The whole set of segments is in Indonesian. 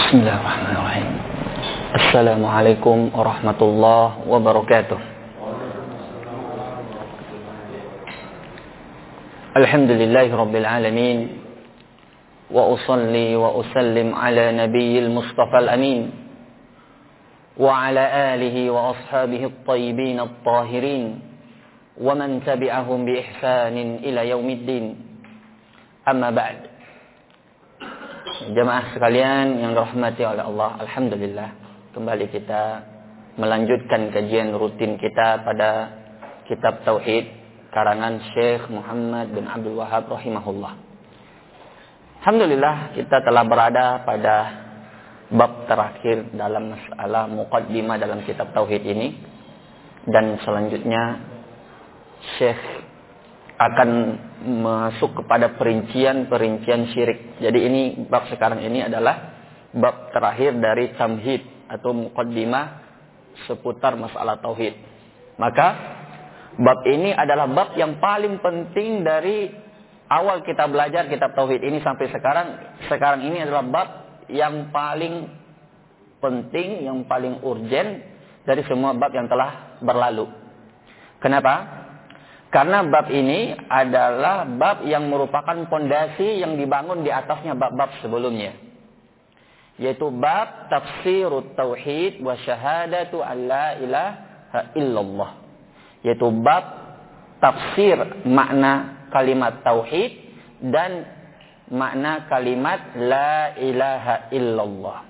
Bismillahirrahmanirrahim. Assalamualaikum warahmatullahi wabarakatuh. Alhamdulillahi rabbil alamin. Wa usalli wa usallim ala nabiyil mustafal amin. Wa ala alihi wa ashabihi at-tayyibin at-tahirin. Wa man tabi'ahum bi ihsanin ila yaumiddin. Amma ba'd. Jemaah sekalian yang dirahmati oleh Allah, alhamdulillah kembali kita melanjutkan kajian rutin kita pada kitab Tauhid karangan Syekh Muhammad bin Abdul Wahhab rahimahullah. Alhamdulillah kita telah berada pada bab terakhir dalam masalah muqaddimah dalam kitab Tauhid ini, dan selanjutnya Syekh akan masuk kepada perincian syirik. Jadi ini bab sekarang ini adalah bab terakhir dari tamhid atau muqaddimah seputar masalah tauhid. Maka bab ini adalah bab yang paling penting dari awal kita belajar kitab tauhid ini sampai sekarang. Sekarang ini adalah bab yang paling penting, yang paling urgen dari semua bab yang telah berlalu. Kenapa? Karena bab ini adalah bab yang merupakan pondasi yang dibangun di atasnya bab-bab sebelumnya. Yaitu bab tafsirut tauhid wa syahadatu an la ilaha illallah. Yaitu bab tafsir makna kalimat tauhid dan makna kalimat la ilaha illallah.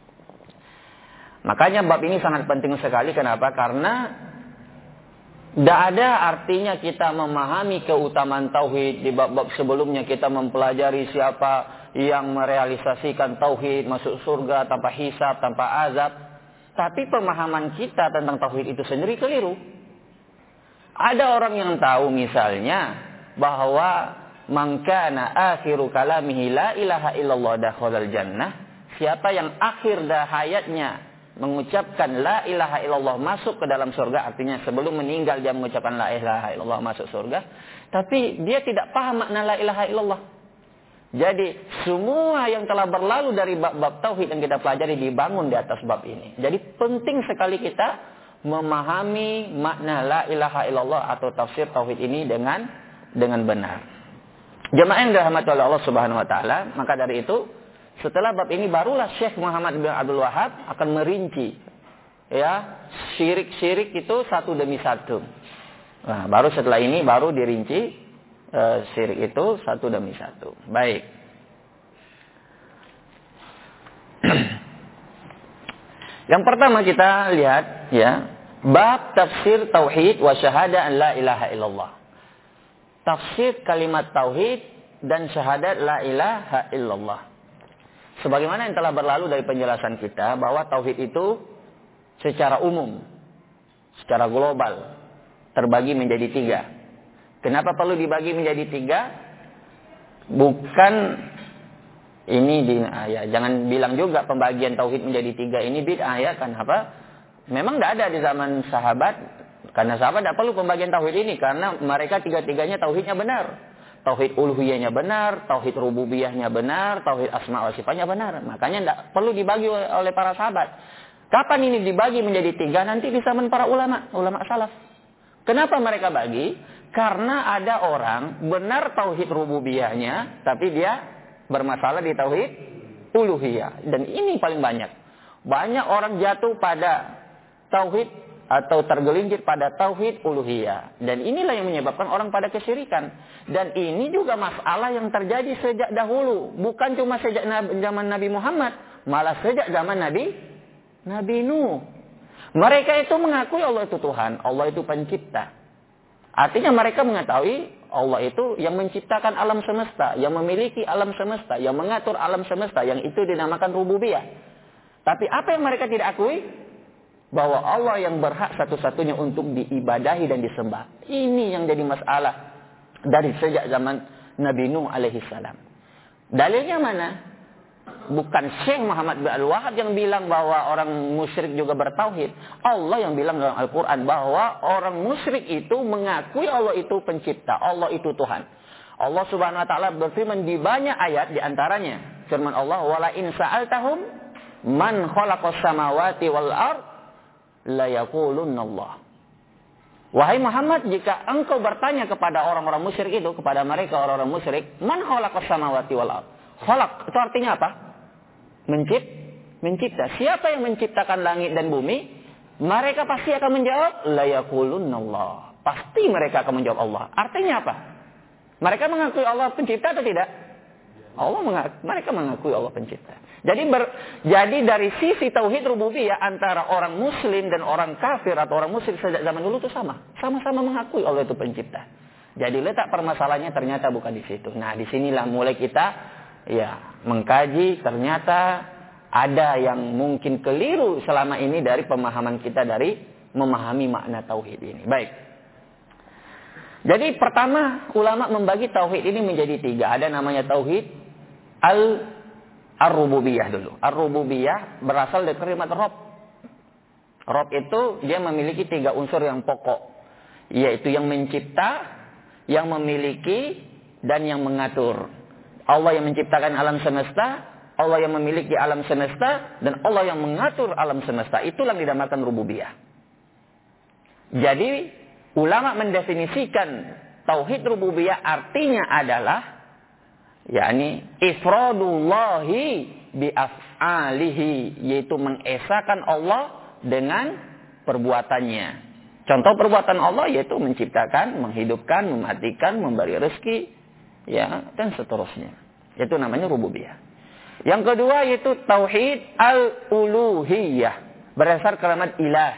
Makanya bab ini sangat penting sekali. Kenapa? Karena tidak ada artinya kita memahami keutamaan tauhid. Di bab-bab sebelumnya kita mempelajari siapa yang merealisasikan tauhid masuk surga tanpa hisab, tanpa azab. Tapi pemahaman kita tentang tauhid itu sendiri keliru. Ada orang yang tahu misalnya bahwa man kana akhiru kalamihi la ilaha illallah dakhalal jannah. Siapa yang akhir hayatnya mengucapkan la ilaha illallah masuk ke dalam surga, artinya sebelum meninggal dia mengucapkan la ilaha illallah masuk surga, tapi dia tidak paham makna la ilaha illallah. Jadi semua yang telah berlalu dari bab-bab tauhid yang kita pelajari dibangun di atas bab ini. Jadi penting sekali kita memahami makna la ilaha illallah atau tafsir tauhid ini dengan benar. Jemaah yang dirahmati oleh Allah Subhanahu wa taala, maka dari itu setelah bab ini barulah Syekh Muhammad bin Abdul Wahhab akan merinci ya syirik-syirik itu satu demi satu. Nah, baru setelah ini baru dirinci syirik itu satu demi satu. Baik. Yang pertama kita lihat ya, bab tafsir tauhid wa syahada an la ilaha illallah. Tafsir kalimat tauhid dan syahadat la ilaha illallah. Sebagaimana yang telah berlalu dari penjelasan kita bahwa tauhid itu secara umum, secara global terbagi menjadi 3. Kenapa perlu dibagi menjadi 3? Bukan ini ya, jangan bilang juga pembagian tauhid menjadi 3 ini bid'ah ya. Kenapa? Memang tidak ada di zaman sahabat. Karena sahabat tidak perlu pembagian tauhid ini karena mereka 3-3-nya tauhidnya benar. Tauhid uluhiyahnya benar, tauhid rububiyahnya benar, tauhid asma wa sifatnya benar. Makanya tidak perlu dibagi oleh para sahabat. Kapan ini dibagi menjadi 3? Nanti di zaman para ulama salaf. Kenapa mereka bagi? Karena ada orang benar tauhid rububiyahnya, tapi dia bermasalah di tauhid uluhiyah. Dan ini paling banyak. Banyak orang jatuh pada tauhid atau tergelincir pada tauhid uluhiyah. Dan inilah yang menyebabkan orang pada kesyirikan. Dan ini juga masalah yang terjadi sejak dahulu. Bukan cuma sejak zaman Nabi Muhammad. Malah sejak zaman Nabi Nuh. Mereka itu mengakui Allah itu Tuhan. Allah itu pencipta. Artinya mereka mengetahui Allah itu yang menciptakan alam semesta. Yang memiliki alam semesta. Yang mengatur alam semesta. Yang itu dinamakan rububiyah. Tapi apa yang mereka tidak akui? Bahwa Allah yang berhak satu-satunya untuk diibadahi dan disembah. Ini yang jadi masalah dari sejak zaman Nabi Nuh alaihi salam. Dalilnya mana? Bukan Syekh Muhammad bin Abdul Wahhab yang bilang bahwa orang musyrik juga bertauhid. Allah yang bilang dalam Al-Quran bahwa orang musyrik itu mengakui Allah itu pencipta. Allah itu Tuhan. Allah Subhanahu wa taala berfirman di banyak ayat, di antaranya firman Allah, "Wala in sa'altahum man khalaqas samawati wal ard la yaqulunna Allah. Wahai Muhammad, jika engkau bertanya kepada orang-orang musyrik itu, kepada mereka orang-orang musyrik, man khalaqas samawati wal ard. Khalaq itu artinya apa? Mencipta. Siapa yang menciptakan langit dan bumi? Mereka pasti akan menjawab la yaqulunna Allah. Pasti mereka akan menjawab Allah. Artinya apa? Mereka mengakui Allah pencipta atau tidak? Mereka mengakui Allah pencipta. Jadi dari sisi tauhid rububiyah antara orang muslim dan orang kafir atau orang musyrik sejak zaman dulu itu sama-sama mengakui Allah itu pencipta. Jadi letak permasalahannya ternyata bukan di situ. Nah, disinilah mulai kita mengkaji, ternyata ada yang mungkin keliru selama ini dari pemahaman kita dari memahami makna tauhid ini. Baik. Jadi pertama, ulama membagi tauhid ini menjadi 3. Ada namanya tauhid ar-rububiyah dulu. Ar-rububiyah berasal dari kalimat Rabb. Rabb itu dia memiliki 3 unsur yang pokok, yaitu yang mencipta, yang memiliki, dan yang mengatur. Allah yang menciptakan alam semesta, Allah yang memiliki alam semesta, dan Allah yang mengatur alam semesta. Itulah yang dinamakan rububiyah. Jadi ulama mendefinisikan tauhid rububiyah artinya adalah yakni ifradullahi bi af'alihi, yaitu mengesahkan Allah dengan perbuatannya. Contoh perbuatan Allah yaitu menciptakan, menghidupkan, mematikan, memberi rezeki, dan seterusnya. Itu namanya rububiyah. Yang kedua yaitu tauhid al-uluhiyah, berdasar kalimat ilah,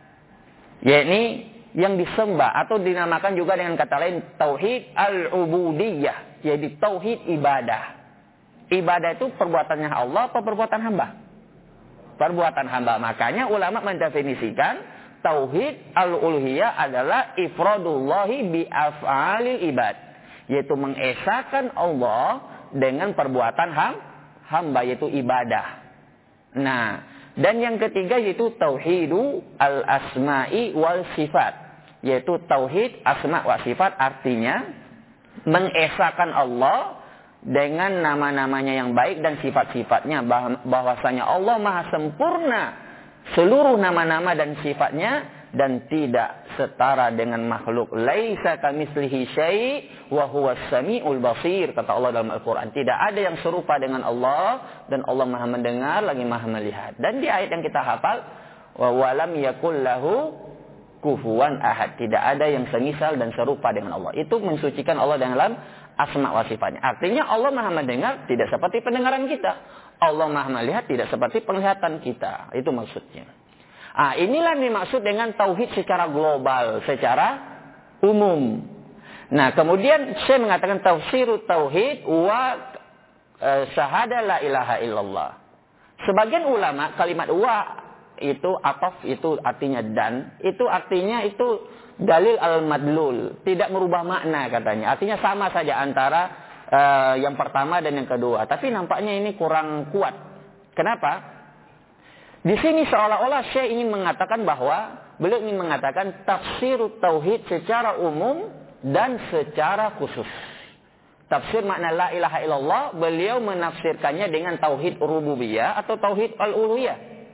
yakni yang disembah, atau dinamakan juga dengan kata lain tauhid al-ubudiyah, yaitu tauhid ibadah. Ibadah itu perbuatannya Allah atau perbuatan hamba? Perbuatan hamba. Makanya ulama mendefinisikan tauhid al-uluhiyah adalah ifradullahi bi af'alil ibad, yaitu mengesahkan Allah dengan perbuatan hamba, yaitu ibadah. Nah, dan yang ketiga yaitu tauhidu al-asma'i wal sifat, yaitu tauhid asma wa sifat, artinya mengesahkan Allah dengan nama-namanya yang baik dan sifat-sifatnya, bahwasanya Allah maha sempurna seluruh nama-nama dan sifatnya dan tidak setara dengan makhluk. Laisa kamitslihi syai' wa huwas samiul basir, kata Allah dalam Al-Qur'an. Tidak ada yang serupa dengan Allah, dan Allah maha mendengar lagi maha melihat. Dan di ayat yang kita hafal, wa walam yakul lahu kufuwan ahad, tidak ada yang semisal dan serupa dengan Allah. Itu mensucikan Allah dalam asma wa sifatnya. Artinya Allah maha mendengar tidak seperti pendengaran kita. Allah maha melihat tidak seperti penglihatan kita. Itu maksudnya. Inilah yang dimaksud dengan tauhid secara global, secara umum. Nah, kemudian saya mengatakan tafsirut tauhid wa syahada la ilaha illallah. Sebagian ulama kalimat wa itu ataf, itu artinya dan, itu artinya itu dalil al-madlul, tidak merubah makna katanya. Artinya sama saja antara yang pertama dan yang kedua. Tapi nampaknya ini kurang kuat. Kenapa? Di sini seolah-olah Syekh ingin mengatakan bahwa beliau ingin mengatakan tafsir tauhid secara umum dan secara khusus. Tafsir makna la ilaha illallah, beliau menafsirkannya dengan tauhid rububiyah atau tauhid al-uluhiyah.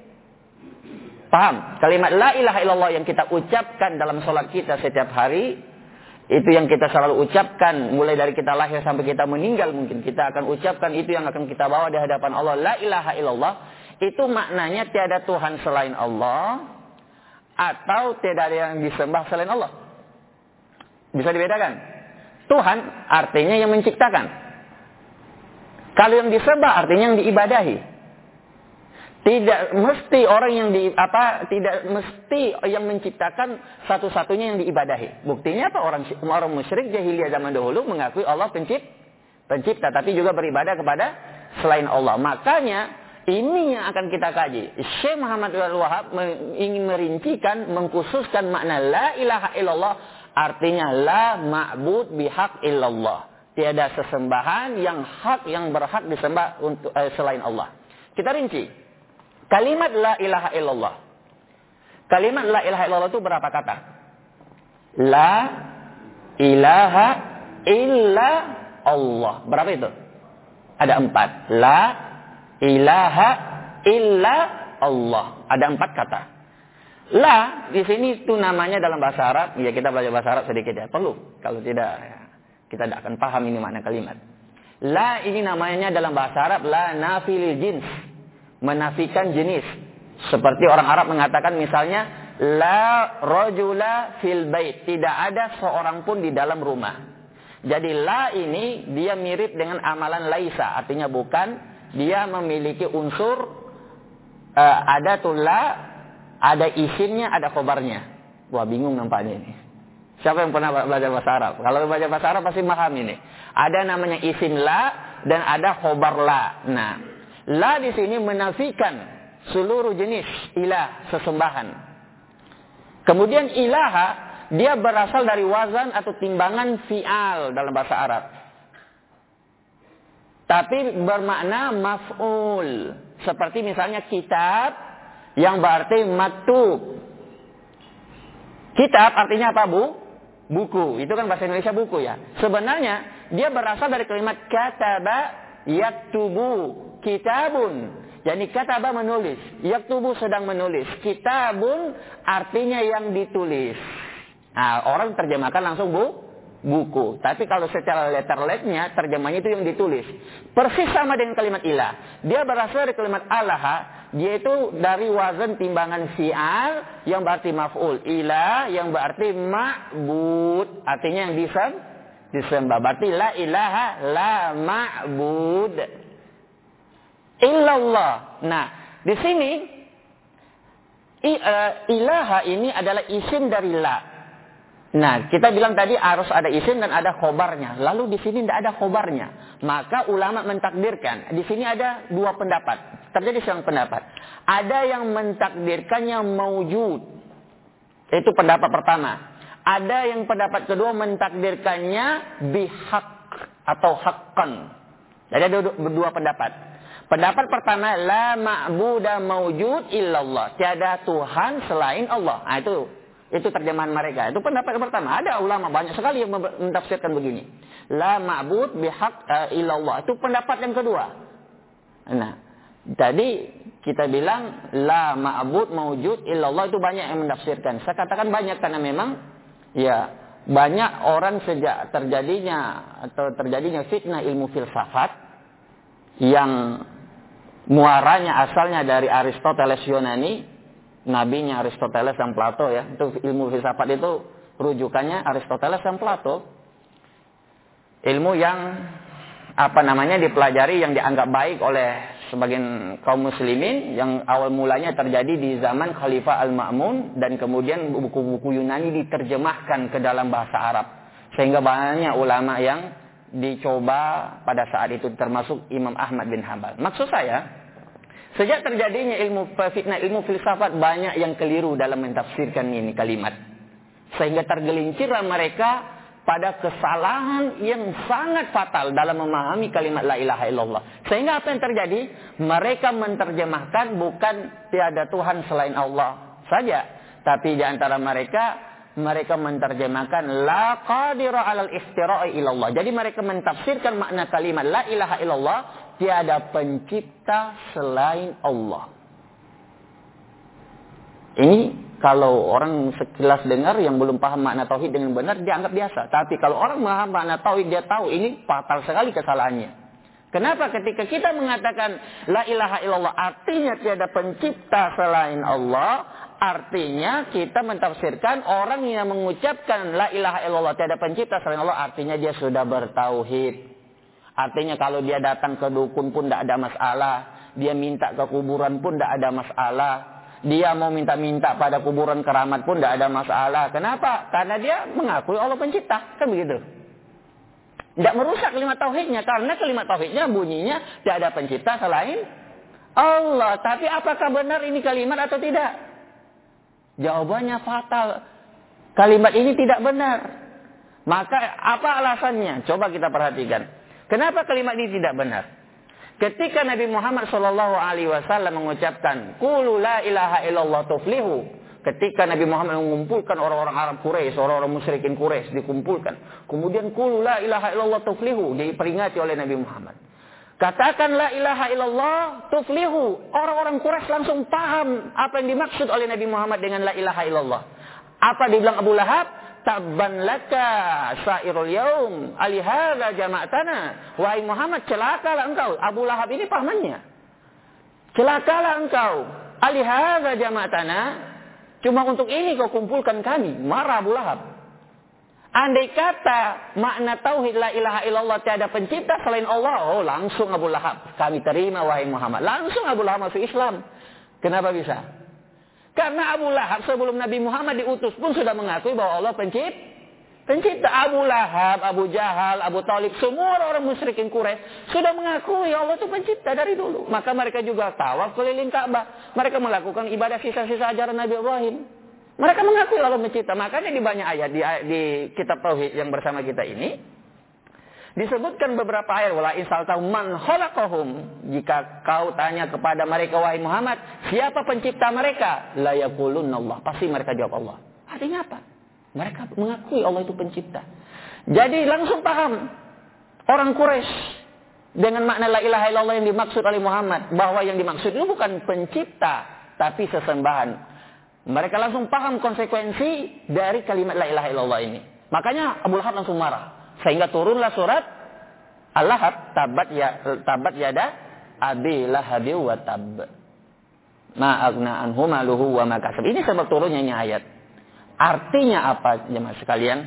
Paham? Kalimat la ilaha illallah yang kita ucapkan dalam sholat kita setiap hari, itu yang kita selalu ucapkan mulai dari kita lahir sampai kita meninggal, mungkin kita akan ucapkan, itu yang akan kita bawa di hadapan Allah. La ilaha illallah itu maknanya tiada Tuhan selain Allah, atau tidak ada yang disembah selain Allah. Bisa dibedakan? Tuhan artinya yang menciptakan. Kalau yang disembah artinya yang diibadahi. Tidak mesti orang yang tidak mesti yang menciptakan satu-satunya yang diibadahi. Buktinya apa? Orang musyrik jahiliyah zaman dahulu mengakui Allah pencipta, tapi juga beribadah kepada selain Allah. Makanya ini yang akan kita kaji. Syekh Muhammad Al-Wahhab ingin merincikan, mengkhususkan makna la ilaha illallah, artinya la ma'bud bihaq illallah. Tiada sesembahan yang berhak disembah untuk selain Allah. Kita rinci. Kalimat la ilaha illallah. Kalimat la ilaha illallah itu berapa kata? La ilaha illa Allah. Berapa itu? Ada 4. La ilaha illa Allah. Ada 4 kata. La di sini itu namanya dalam bahasa Arab. Ya kita belajar bahasa Arab sedikit ya. Perlu. Kalau tidak ya, kita tidak akan paham ini makna kalimat. La ini namanya dalam bahasa Arab la nafilil jins. Menafikan jenis. Seperti orang Arab mengatakan misalnya la rajula fil bait. Tidak ada seorang pun di dalam rumah. Jadi la ini dia mirip dengan amalan laisa. Artinya bukan. Dia memiliki unsur ada la, ada isimnya, ada khobarnya. Wah bingung nampaknya ini. Siapa yang pernah belajar bahasa Arab? Kalau belajar bahasa Arab pasti paham ini. Ada namanya isim la dan ada khobar la. Nah, la di sini menafikan seluruh jenis ilah, sesembahan. Kemudian ilaha, dia berasal dari wazan atau timbangan fi'al dalam bahasa Arab. Tapi bermakna maf'ul. Seperti misalnya kitab yang berarti maktub. Kitab artinya apa, Bu? Buku. Itu kan bahasa Indonesia buku ya. Sebenarnya dia berasal dari kalimat kataba yaktubu. Kitabun. Jadi kataba menulis. Yaktubu sedang menulis. Kitabun artinya yang ditulis. Nah, orang terjemahkan langsung buku. Tapi kalau secara letter-letternya terjemahnya itu yang ditulis. Persis sama dengan kalimat ilah. Dia berasal dari kalimat alaha. Dia itu dari wazan timbangan fi'al yang berarti maf'ul. Ilah yang berarti ma'bud. Artinya yang disembah. Berarti la ilaha la ma'bud illallah. Nah, di sini ilaha ini adalah isim dari la. Nah, kita bilang tadi harus ada isim dan ada khobarnya. Lalu di sini tidak ada khobarnya. Maka ulama mentakdirkan. Di sini ada 2 pendapat. Terjadi seorang pendapat. Ada yang mentakdirkannya maujud. Itu pendapat pertama. Ada yang pendapat kedua mentakdirkannya bihak atau hakkan. Jadi ada 2 pendapat. Pendapat pertama, la ma'buda maujud illallah. Tiada Tuhan selain Allah. Nah, itu terjemahan mereka. Itu pendapat yang pertama. Ada ulama banyak sekali yang mentafsirkan begini. La ma'bud bihaq illallah. Itu pendapat yang kedua. Nah, tadi kita bilang la ma'bud maujud illallah itu banyak yang menafsirkan. Saya katakan banyak karena memang ya banyak orang sejak terjadinya fitnah ilmu filsafat yang muaranya asalnya dari Aristoteles Yunani. Nabinya Aristoteles dan Plato ya. Itu ilmu filsafat itu rujukannya Aristoteles dan Plato. Ilmu yang dipelajari yang dianggap baik oleh sebagian kaum muslimin yang awal mulanya terjadi di zaman Khalifah Al-Ma'mun dan kemudian buku-buku Yunani diterjemahkan ke dalam bahasa Arab. Sehingga banyak ulama yang dicoba pada saat itu termasuk Imam Ahmad bin Hanbal. Maksud saya, sejak terjadinya fitnah ilmu filsafat banyak yang keliru dalam mentafsirkan ini kalimat. Sehingga tergelincirlah mereka pada kesalahan yang sangat fatal dalam memahami kalimat la ilaha illallah. Sehingga apa yang terjadi? Mereka menerjemahkan bukan tiada Tuhan selain Allah saja. Tapi di antara mereka menerjemahkan la qadira alal iftira'i ilallah. Jadi mereka mentafsirkan makna kalimat la ilaha illallah, tiada pencipta selain Allah. Ini kalau orang sekilas dengar yang belum paham makna tauhid dengan benar, dia anggap biasa. Tapi kalau orang paham makna tauhid, dia tahu ini fatal sekali kesalahannya. Kenapa? Ketika kita mengatakan la ilaha illallah artinya tiada pencipta selain Allah, artinya kita mentafsirkan orang yang mengucapkan la ilaha illallah tiada pencipta selain Allah, artinya dia sudah bertauhid. Artinya kalau dia datang ke dukun pun tidak ada masalah. Dia minta ke kuburan pun tidak ada masalah. Dia mau minta-minta pada kuburan keramat pun tidak ada masalah. Kenapa? Karena dia mengakui Allah pencipta. Kan begitu. Tidak merusak kalimat tauhidnya. Karena kalimat tauhidnya bunyinya tidak ada pencipta selain Allah. Tapi apakah benar ini kalimat atau tidak? Jawabannya fatal. Kalimat ini tidak benar. Maka apa alasannya? Coba kita perhatikan. Kenapa kalimat ini tidak benar? Ketika Nabi Muhammad SAW mengucapkan qulu la ilaha illallah tuflihu, ketika Nabi Muhammad mengumpulkan orang-orang Arab Quraisy, orang-orang musyrikin Quraisy dikumpulkan, kemudian qulu la ilaha illallah tuflihu diperingati oleh Nabi Muhammad. Katakan la ilaha illallah tuflihu. Orang-orang Quraisy langsung paham apa yang dimaksud oleh Nabi Muhammad dengan la ilaha illallah. Apa dibilang Abu Lahab? Tabban laka sairul yaum alihadza jama'tana. Wahai Muhammad, celakalah engkau. Abu Lahab ini pamannya. Celakalah engkau. Alihadza jama'tana. Cuma untuk ini kau kumpulkan kami. Marah Abu Lahab. Andai kata makna tauhid la ilaha illallah tiada pencipta selain Allah, oh langsung Abu Lahab, kami terima wahai Muhammad. Langsung Abu Lahab masuk Islam. Kenapa bisa? Karena Abu Lahab sebelum Nabi Muhammad diutus pun sudah mengakui bahwa Allah pencipta. Abu Lahab, Abu Jahal, Abu Talib, semua orang musyrikin Quraisy sudah mengakui Allah itu pencipta dari dulu. Maka mereka juga tawaf keliling Ka'bah. Mereka melakukan ibadah sisa-sisa ajaran Nabi Ibrahim. Mereka mengakui Allah mencipta. Makanya di banyak ayat di kitab tauhid yang bersama kita ini disebutkan beberapa ayat, wala insaltahu man khalaqahum. Jika kau tanya kepada mereka wahai Muhammad, siapa pencipta mereka? La yaqulunallah. Pasti mereka jawab Allah. Artinya apa? Mereka mengakui Allah itu pencipta. Jadi langsung paham orang Quraisy dengan makna la ilaha illallah yang dimaksud oleh Muhammad, bahwa yang dimaksud itu bukan pencipta tapi sesembahan. Mereka langsung paham konsekuensi dari kalimat la ilaha illallah ini. Makanya Abu Lahab langsung marah. Sehingga turunlah surat Al-Lahab, tabat yada abi lahabi wa tab. Ma aghna anhu maluhu wa ma kasab. Ini sebab turunnya ini ayat. Artinya apa jemaah sekalian?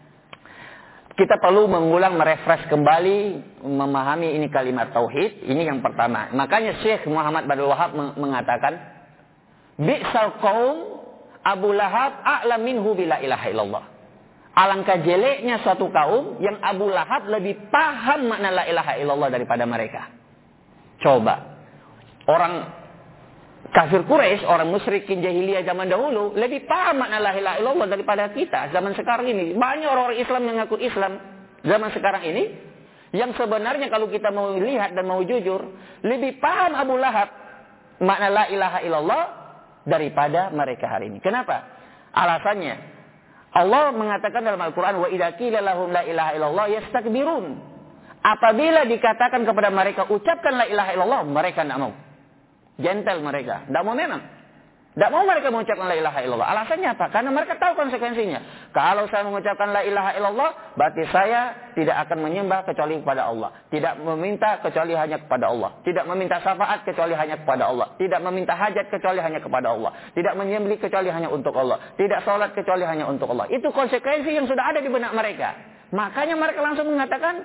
Kita perlu mengulang, merefresh kembali, memahami ini kalimat tauhid. Ini yang pertama. Makanya Syekh Muhammad Abdul Wahab mengatakan, bi'sal qaum Abu Lahab a'lam minhu bila ilaha illallah. Alangkah jeleknya suatu kaum yang Abu Lahab lebih paham makna la ilaha illallah daripada mereka. Coba. Orang kafir Quraisy, orang musyrikin jahiliyah zaman dahulu lebih paham makna la ilaha illallah daripada kita zaman sekarang ini. Banyak orang-orang Islam yang mengaku Islam zaman sekarang ini yang sebenarnya kalau kita mau lihat dan mau jujur, lebih paham Abu Lahab makna la ilaha illallah daripada mereka hari ini. Kenapa? Alasannya, Allah mengatakan dalam Al-Quran, wa idza qila lahum la ilaha illallah yastakbirun. Apabila dikatakan kepada mereka ucapkan la ilaha illallah, mereka tidak mau. Gentle mereka, tidak mau memang. Tidak mau mereka mengucapkan la ilaha illallah. Alasannya apa? Karena mereka tahu konsekuensinya. Kalau saya mengucapkan la ilaha illallah, berarti saya tidak akan menyembah kecuali kepada Allah. Tidak meminta kecuali hanya kepada Allah. Tidak meminta syafaat kecuali hanya kepada Allah. Tidak meminta hajat kecuali hanya kepada Allah. Tidak menyembelih kecuali hanya untuk Allah. Tidak sholat kecuali hanya untuk Allah. Itu konsekuensi yang sudah ada di benak mereka. Makanya mereka langsung mengatakan,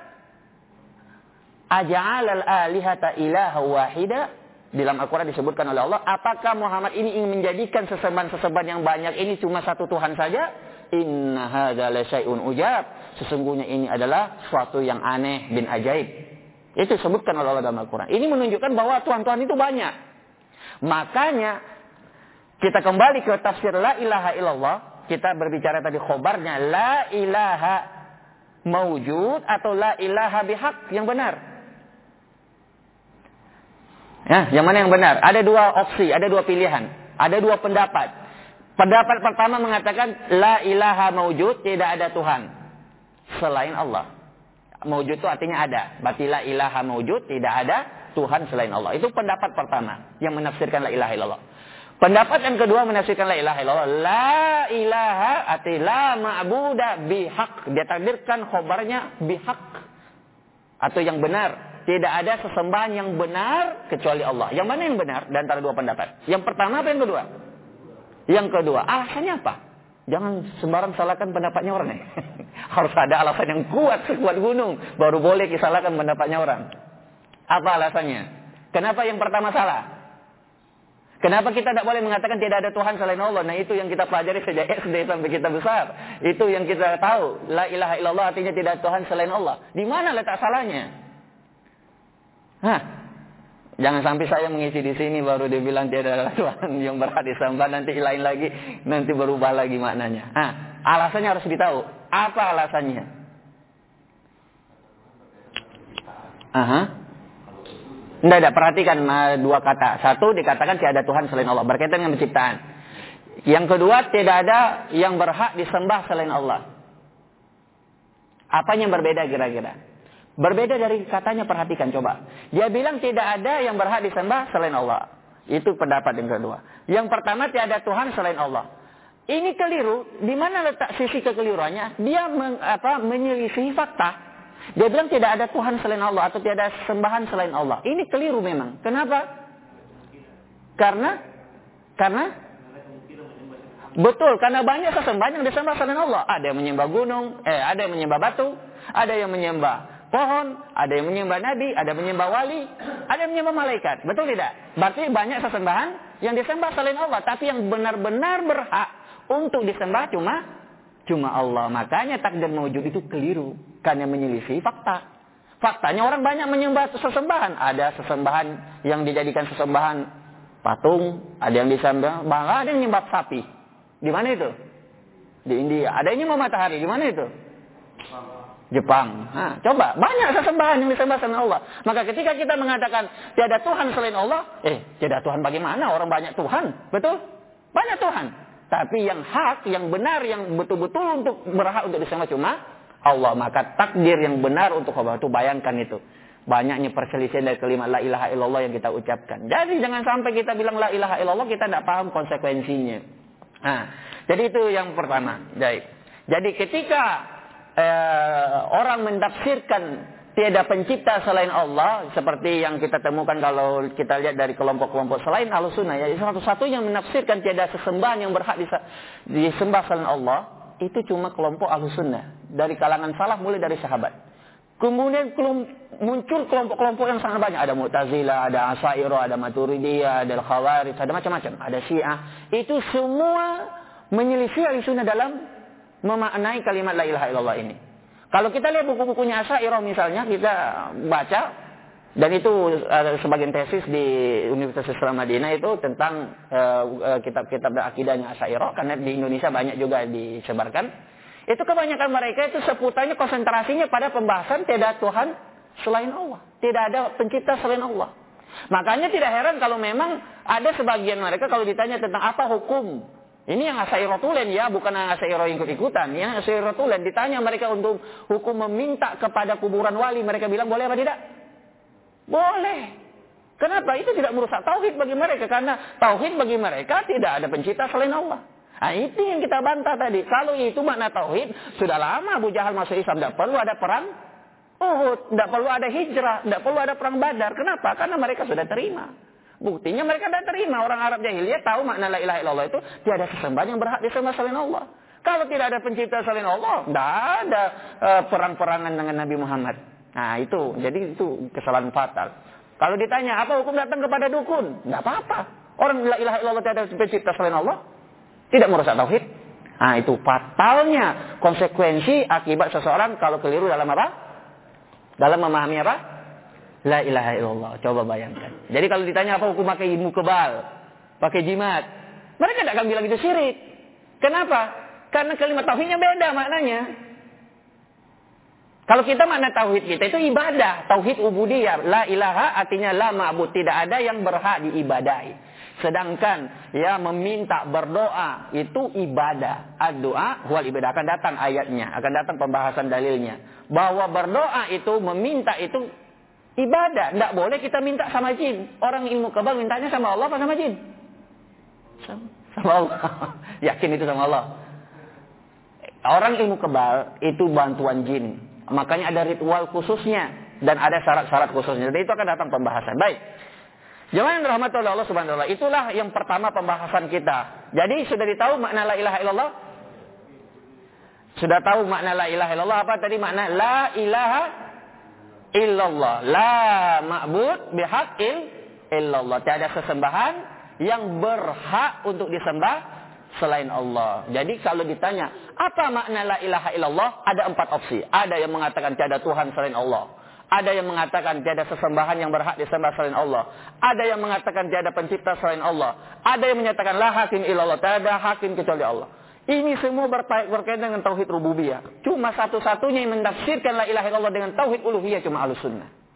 aja'alal alihata ilaha wahida. Dalam Al-Quran disebutkan oleh Allah, apakah Muhammad ini ingin menjadikan sesembahan-sesembahan yang banyak ini cuma satu Tuhan saja? Inna hadza la syai'un ujab. Sesungguhnya ini adalah suatu yang aneh bin ajaib. Itu disebutkan oleh Allah dalam Al-Quran. Ini menunjukkan bahwa Tuhan-Tuhan itu banyak. Makanya kita kembali ke tafsir la ilaha illallah. Kita berbicara tadi khobarnya la ilaha mawjud atau la ilaha bihaq yang benar. Ya, yang mana yang benar? Ada dua opsi, ada dua pilihan, ada dua pendapat. Pendapat pertama mengatakan la ilaha maujud, tidak ada Tuhan selain Allah. Maujud itu artinya ada. Berarti la ilaha maujud, tidak ada Tuhan selain Allah. Itu pendapat pertama yang menafsirkan la ilaha illallah. Pendapat yang kedua menafsirkan la ilaha illallah. La ilaha arti la ma'buda bihaq. Dia takdirkan khobarnya bihaq atau yang benar. Tidak ada sesembahan yang benar kecuali Allah. Yang mana yang benar? Dan antara dua pendapat. Yang pertama apa yang kedua? Yang kedua. Alasannya apa? Jangan sembarang salahkan pendapatnya orang. Harus ada alasan yang kuat, sekuat gunung. Baru boleh disalahkan pendapatnya orang. Apa alasannya? Kenapa yang pertama salah? Kenapa kita tidak boleh mengatakan tidak ada Tuhan selain Allah? Nah itu yang kita pelajari sejak SD sampai kita besar. Itu yang kita tahu. La ilaha illallah artinya tidak ada Tuhan selain Allah. Di mana letak salahnya? Jangan sampai saya mengisi di sini baru dibilang tiada ada Tuhan yang berhak disembah, nanti lain lagi, nanti berubah lagi maknanya. Alasannya harus ditahu. Apa alasannya? Tidak, perhatikan dua kata. Satu dikatakan tiada Tuhan selain Allah, berkaitan dengan penciptaan. Yang kedua, tidak ada yang berhak disembah selain Allah. Apa yang berbeda kira-kira? Berbeda dari katanya, perhatikan coba. Dia bilang tidak ada yang berhak disembah selain Allah. Itu pendapat yang kedua. Yang pertama, tiada Tuhan selain Allah. Ini keliru. Di mana letak sisi kekeliruannya? Dia menyelisihi fakta. Dia bilang tidak ada Tuhan selain Allah atau tiada sembahan selain Allah. Ini keliru memang. Kenapa? Karena betul, karena banyak sesembahan yang disembah selain Allah. Ada yang menyembah gunung, ada yang menyembah batu, ada yang menyembah pohon, ada yang menyembah nabi, ada yang menyembah wali, ada yang menyembah malaikat. Betul tidak? Berarti banyak sesembahan yang disembah selain Allah, tapi yang benar-benar berhak untuk disembah cuma Allah. Makanya takdir maujud itu keliru karena menyelisih fakta. Faktanya orang banyak menyembah sesembahan. Ada sesembahan yang dijadikan sesembahan patung, ada yang disembah, bahkan ada yang menyembah sapi. Di mana itu? Di India. Ada yang menyembah matahari. Di mana itu? Jepang. Nah, coba, banyak sesembahan yang disembah selain Allah. Maka ketika kita mengatakan tiada Tuhan selain Allah, tiada Tuhan bagaimana? Orang banyak Tuhan, betul? Banyak Tuhan. Tapi yang hak, yang benar, yang betul-betul untuk berhak untuk disembah cuma Allah. Maka takdir yang benar untuk Allah itu, bayangkan itu. Banyaknya perselisihan dari kalimat la ilaha illallah yang kita ucapkan. Jadi jangan sampai kita bilang la ilaha illallah kita tidak paham konsekuensinya. Nah, jadi itu yang pertama. Jadi ketika orang mentafsirkan tiada pencipta selain Allah, seperti yang kita temukan kalau kita lihat dari kelompok-kelompok selain Ahlussunnah, ya satu-satunya yang menafsirkan tiada sesembahan yang berhak disembah selain Allah, itu cuma kelompok Ahlussunnah dari kalangan salaf, mulai dari sahabat. Kemudian muncul kelompok-kelompok yang sangat banyak. Ada Mu'tazilah, ada Asy'ariyah, ada Maturidiyah, ada Khawarij, ada macam-macam. Ada Syiah. Itu semua menyelisih Ahlussunnah dalam memaknai kalimat la ilaha illallah ini. Kalau kita lihat buku-bukunya Asy'ariyah misalnya, kita baca, dan itu sebagian tesis di Universitas Islam Madinah itu tentang kitab-kitab akidahnya Asy'ariyah, karena di Indonesia banyak juga disebarkan. Itu kebanyakan mereka itu seputarnya konsentrasinya pada pembahasan tiada Tuhan selain Allah. Tidak ada pencipta selain Allah. Makanya tidak heran kalau memang ada sebagian mereka kalau ditanya tentang apa hukum. Ini yang Asy'ariyah tulen ya, bukan yang Asy'ariyah ikut-ikutan. Yang Asy'ariyah tulen ditanya mereka untuk hukum meminta kepada kuburan wali. Mereka bilang boleh apa tidak? Boleh. Kenapa? Itu tidak merusak tauhid bagi mereka. Karena tauhid bagi mereka tidak ada pencipta selain Allah. Nah, itu yang kita bantah tadi. Kalau itu makna tauhid, sudah lama Abu Jahal masuk Islam. Tidak perlu ada perang Uhud, tidak perlu ada hijrah, tidak perlu ada perang Badar. Kenapa? Karena mereka sudah terima. Buktinya mereka sudah terima. Orang Arab jahiliyah tahu makna la ilaha illallah itu tiada sesembahan yang berhak disembah selain Allah. Kalau tidak ada pencipta selain Allah, tidak ada perang-perangan dengan Nabi Muhammad. Nah itu, jadi itu kesalahan fatal. Kalau ditanya apa hukum datang kepada dukun, tidak apa-apa. Orang la ilaha illallah tiada pencipta selain Allah. Tidak merusak tauhid. Nah, itu fatalnya konsekuensi akibat seseorang kalau keliru dalam apa? Dalam memahami apa? La ilaha illallah. Coba bayangkan. Jadi kalau ditanya apa hukum pakai ilmu kebal, pakai jimat, mereka tidak akan bilang itu syirik. Kenapa? Karena kalimat tauhidnya beda maknanya. Kalau kita makna tauhid kita itu ibadah, tauhid ubudiyah. La ilaha artinya la ma'bud, tidak ada yang berhak diibadahi. Sedangkan ya meminta berdoa itu ibadah. Ad-doa wal ibadah, akan datang ayatnya, akan datang pembahasan dalilnya. Bahwa berdoa itu, meminta itu ibadah. Tidak boleh kita minta sama jin. Orang ilmu kebal mintanya sama Allah apa sama jin? Sama Allah. Yakin itu sama Allah. Orang ilmu kebal itu bantuan jin. Makanya ada ritual khususnya dan ada syarat-syarat khususnya. Dan itu akan datang pembahasan. Baik. Jemaah yang dirahmati oleh Allah Subhanahu wa taala, itulah yang pertama pembahasan kita. Jadi sudah ditahu makna la ilaha illallah? Sudah tahu makna la ilaha illallah apa tadi makna la ilaha illallah? La ma'bud bihaqqin illallah. Tiada sesembahan yang berhak untuk disembah selain Allah. Jadi kalau ditanya, apa makna la ilaha illallah? Ada 4 opsi. Ada yang mengatakan tiada Tuhan selain Allah. Ada yang mengatakan tiada sesembahan yang berhak disembah selain Allah. Ada yang mengatakan tiada pencipta selain Allah. Ada yang menyatakan la hakim illallah, tiada hakim kecuali Allah. Ini semua berkaitan dengan tauhid rububiyah. Cuma satu-satunya yang menafsirkan la ilaha illallah dengan tauhid uluhiyah cuma Ahlussunnah.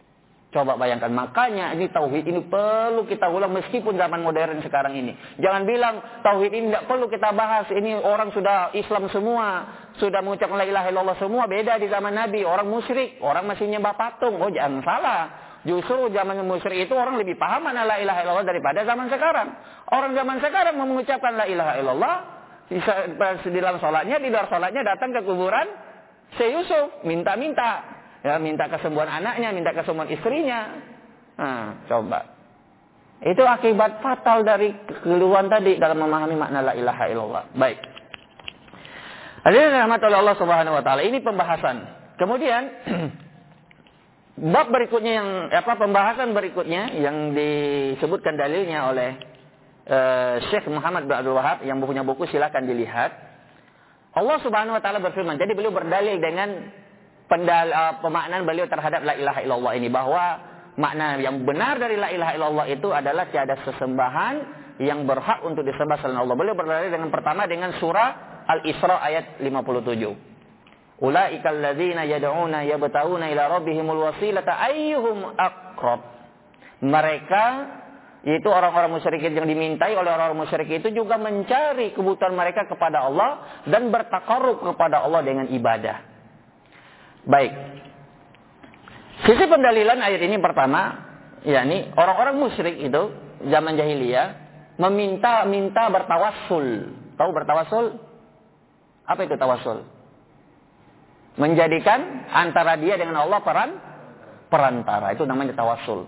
Coba bayangkan, makanya ini tauhid ini perlu kita ulang meskipun zaman modern sekarang ini. Jangan bilang tauhid ini tidak perlu kita bahas, ini orang sudah Islam semua, sudah mengucapkan la ilaha illallah semua, beda di zaman Nabi, orang musyrik, orang masih nyembah patung. Oh, jangan salah. Justru zaman musyrik itu orang lebih paham mana la ilaha illallah daripada zaman sekarang. Orang zaman sekarang mengucapkan la ilaha illallah di dalam sholatnya, di luar sholatnya datang ke kuburan Syekh Yusuf, minta-minta. Ya, minta kesembuhan anaknya, minta kesembuhan istrinya. Nah, coba. Itu akibat fatal dari kekeliruan tadi dalam memahami makna la ilaha illallah. Baik. Hadirin rahmat oleh Allah Subhanahu wa taala, ini pembahasan. Kemudian bab berikutnya pembahasan berikutnya yang disebutkan dalilnya oleh Syekh Muhammad bin Abdul Wahab yang punya buku, silakan dilihat. Allah Subhanahu wa taala berfirman. Jadi beliau berdalil dengan pemaknaan beliau terhadap la ilaha illallah ini, bahwa makna yang benar dari la ilaha illallah itu adalah tiada sesembahan yang berhak untuk disembah selain Allah. Beliau berdalil dengan pertama dengan surah Al-Isra ayat 57. Ulaikal ladzina yad'una yabtaguna ila rabbihimul wasilata ayyuhum aqrab. Mereka yaitu orang-orang musyrikin yang dimintai oleh orang-orang musyrik itu juga mencari kebutuhan mereka kepada Allah dan bertakarrub kepada Allah dengan ibadah. Baik. Sisi pendalilan ayat ini pertama, yakni orang-orang musyrik itu zaman jahiliyah meminta bertawassul. Tahu bertawassul? Apa itu tawassul? Menjadikan antara dia dengan Allah perantara. Itu namanya tawassul.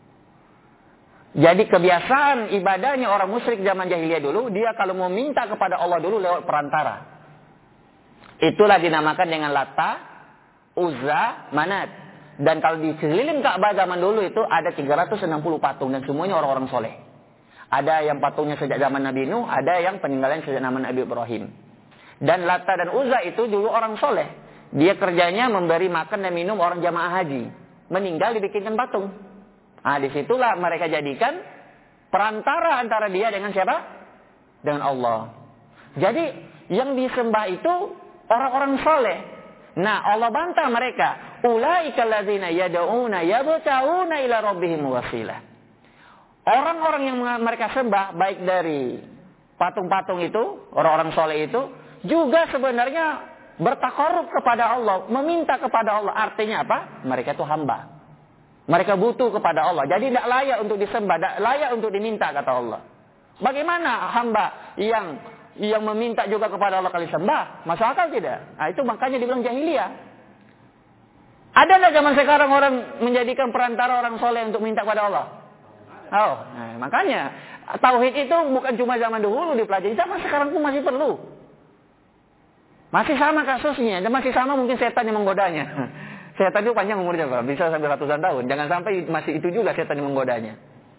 Jadi kebiasaan ibadahnya orang musyrik zaman jahiliyah dulu, dia kalau mau minta kepada Allah dulu lewat perantara. Itulah dinamakan dengan Lata, Uzza, Manat. Dan kalau di sekeliling Ka'bah zaman dulu itu ada 360 patung dan semuanya orang-orang soleh. Ada yang patungnya sejak zaman Nabi Nuh, ada yang peninggalan sejak zaman Nabi Ibrahim. Dan Lata dan Uzza itu dulu orang soleh. Dia kerjanya memberi makan dan minum orang jamaah haji. Meninggal dibikinkan patung. Nah, disitulah mereka jadikan perantara antara dia dengan siapa? Dengan Allah. Jadi yang disembah itu orang-orang soleh. Nah, Allah bantah mereka. Ulaikal ladzina yad'una yabtaguna ila rabbihim wasilah. Orang-orang yang mereka sembah, baik dari patung-patung itu, orang-orang soleh itu, juga sebenarnya bertakarrub kepada Allah, meminta kepada Allah. Artinya apa? Mereka itu hamba. Mereka butuh kepada Allah. Jadi tidak layak untuk disembah, tidak layak untuk diminta, kata Allah. Bagaimana hamba yang meminta juga kepada Allah kali sembah? Masuk akal tidak? Nah, itu makanya dibilang jahiliyah. Ada tidak zaman sekarang orang menjadikan perantara orang soleh untuk minta kepada Allah? Oh, nah, makanya tauhid itu bukan cuma zaman dahulu dipelajari, zaman sekarang pun masih perlu. Masih sama kasusnya, dan masih sama mungkin setan yang menggodanya. Setan itu panjang umurnya, Pak. Bisa sampai ratusan tahun. Jangan sampai masih itu juga setan yang menggodanya.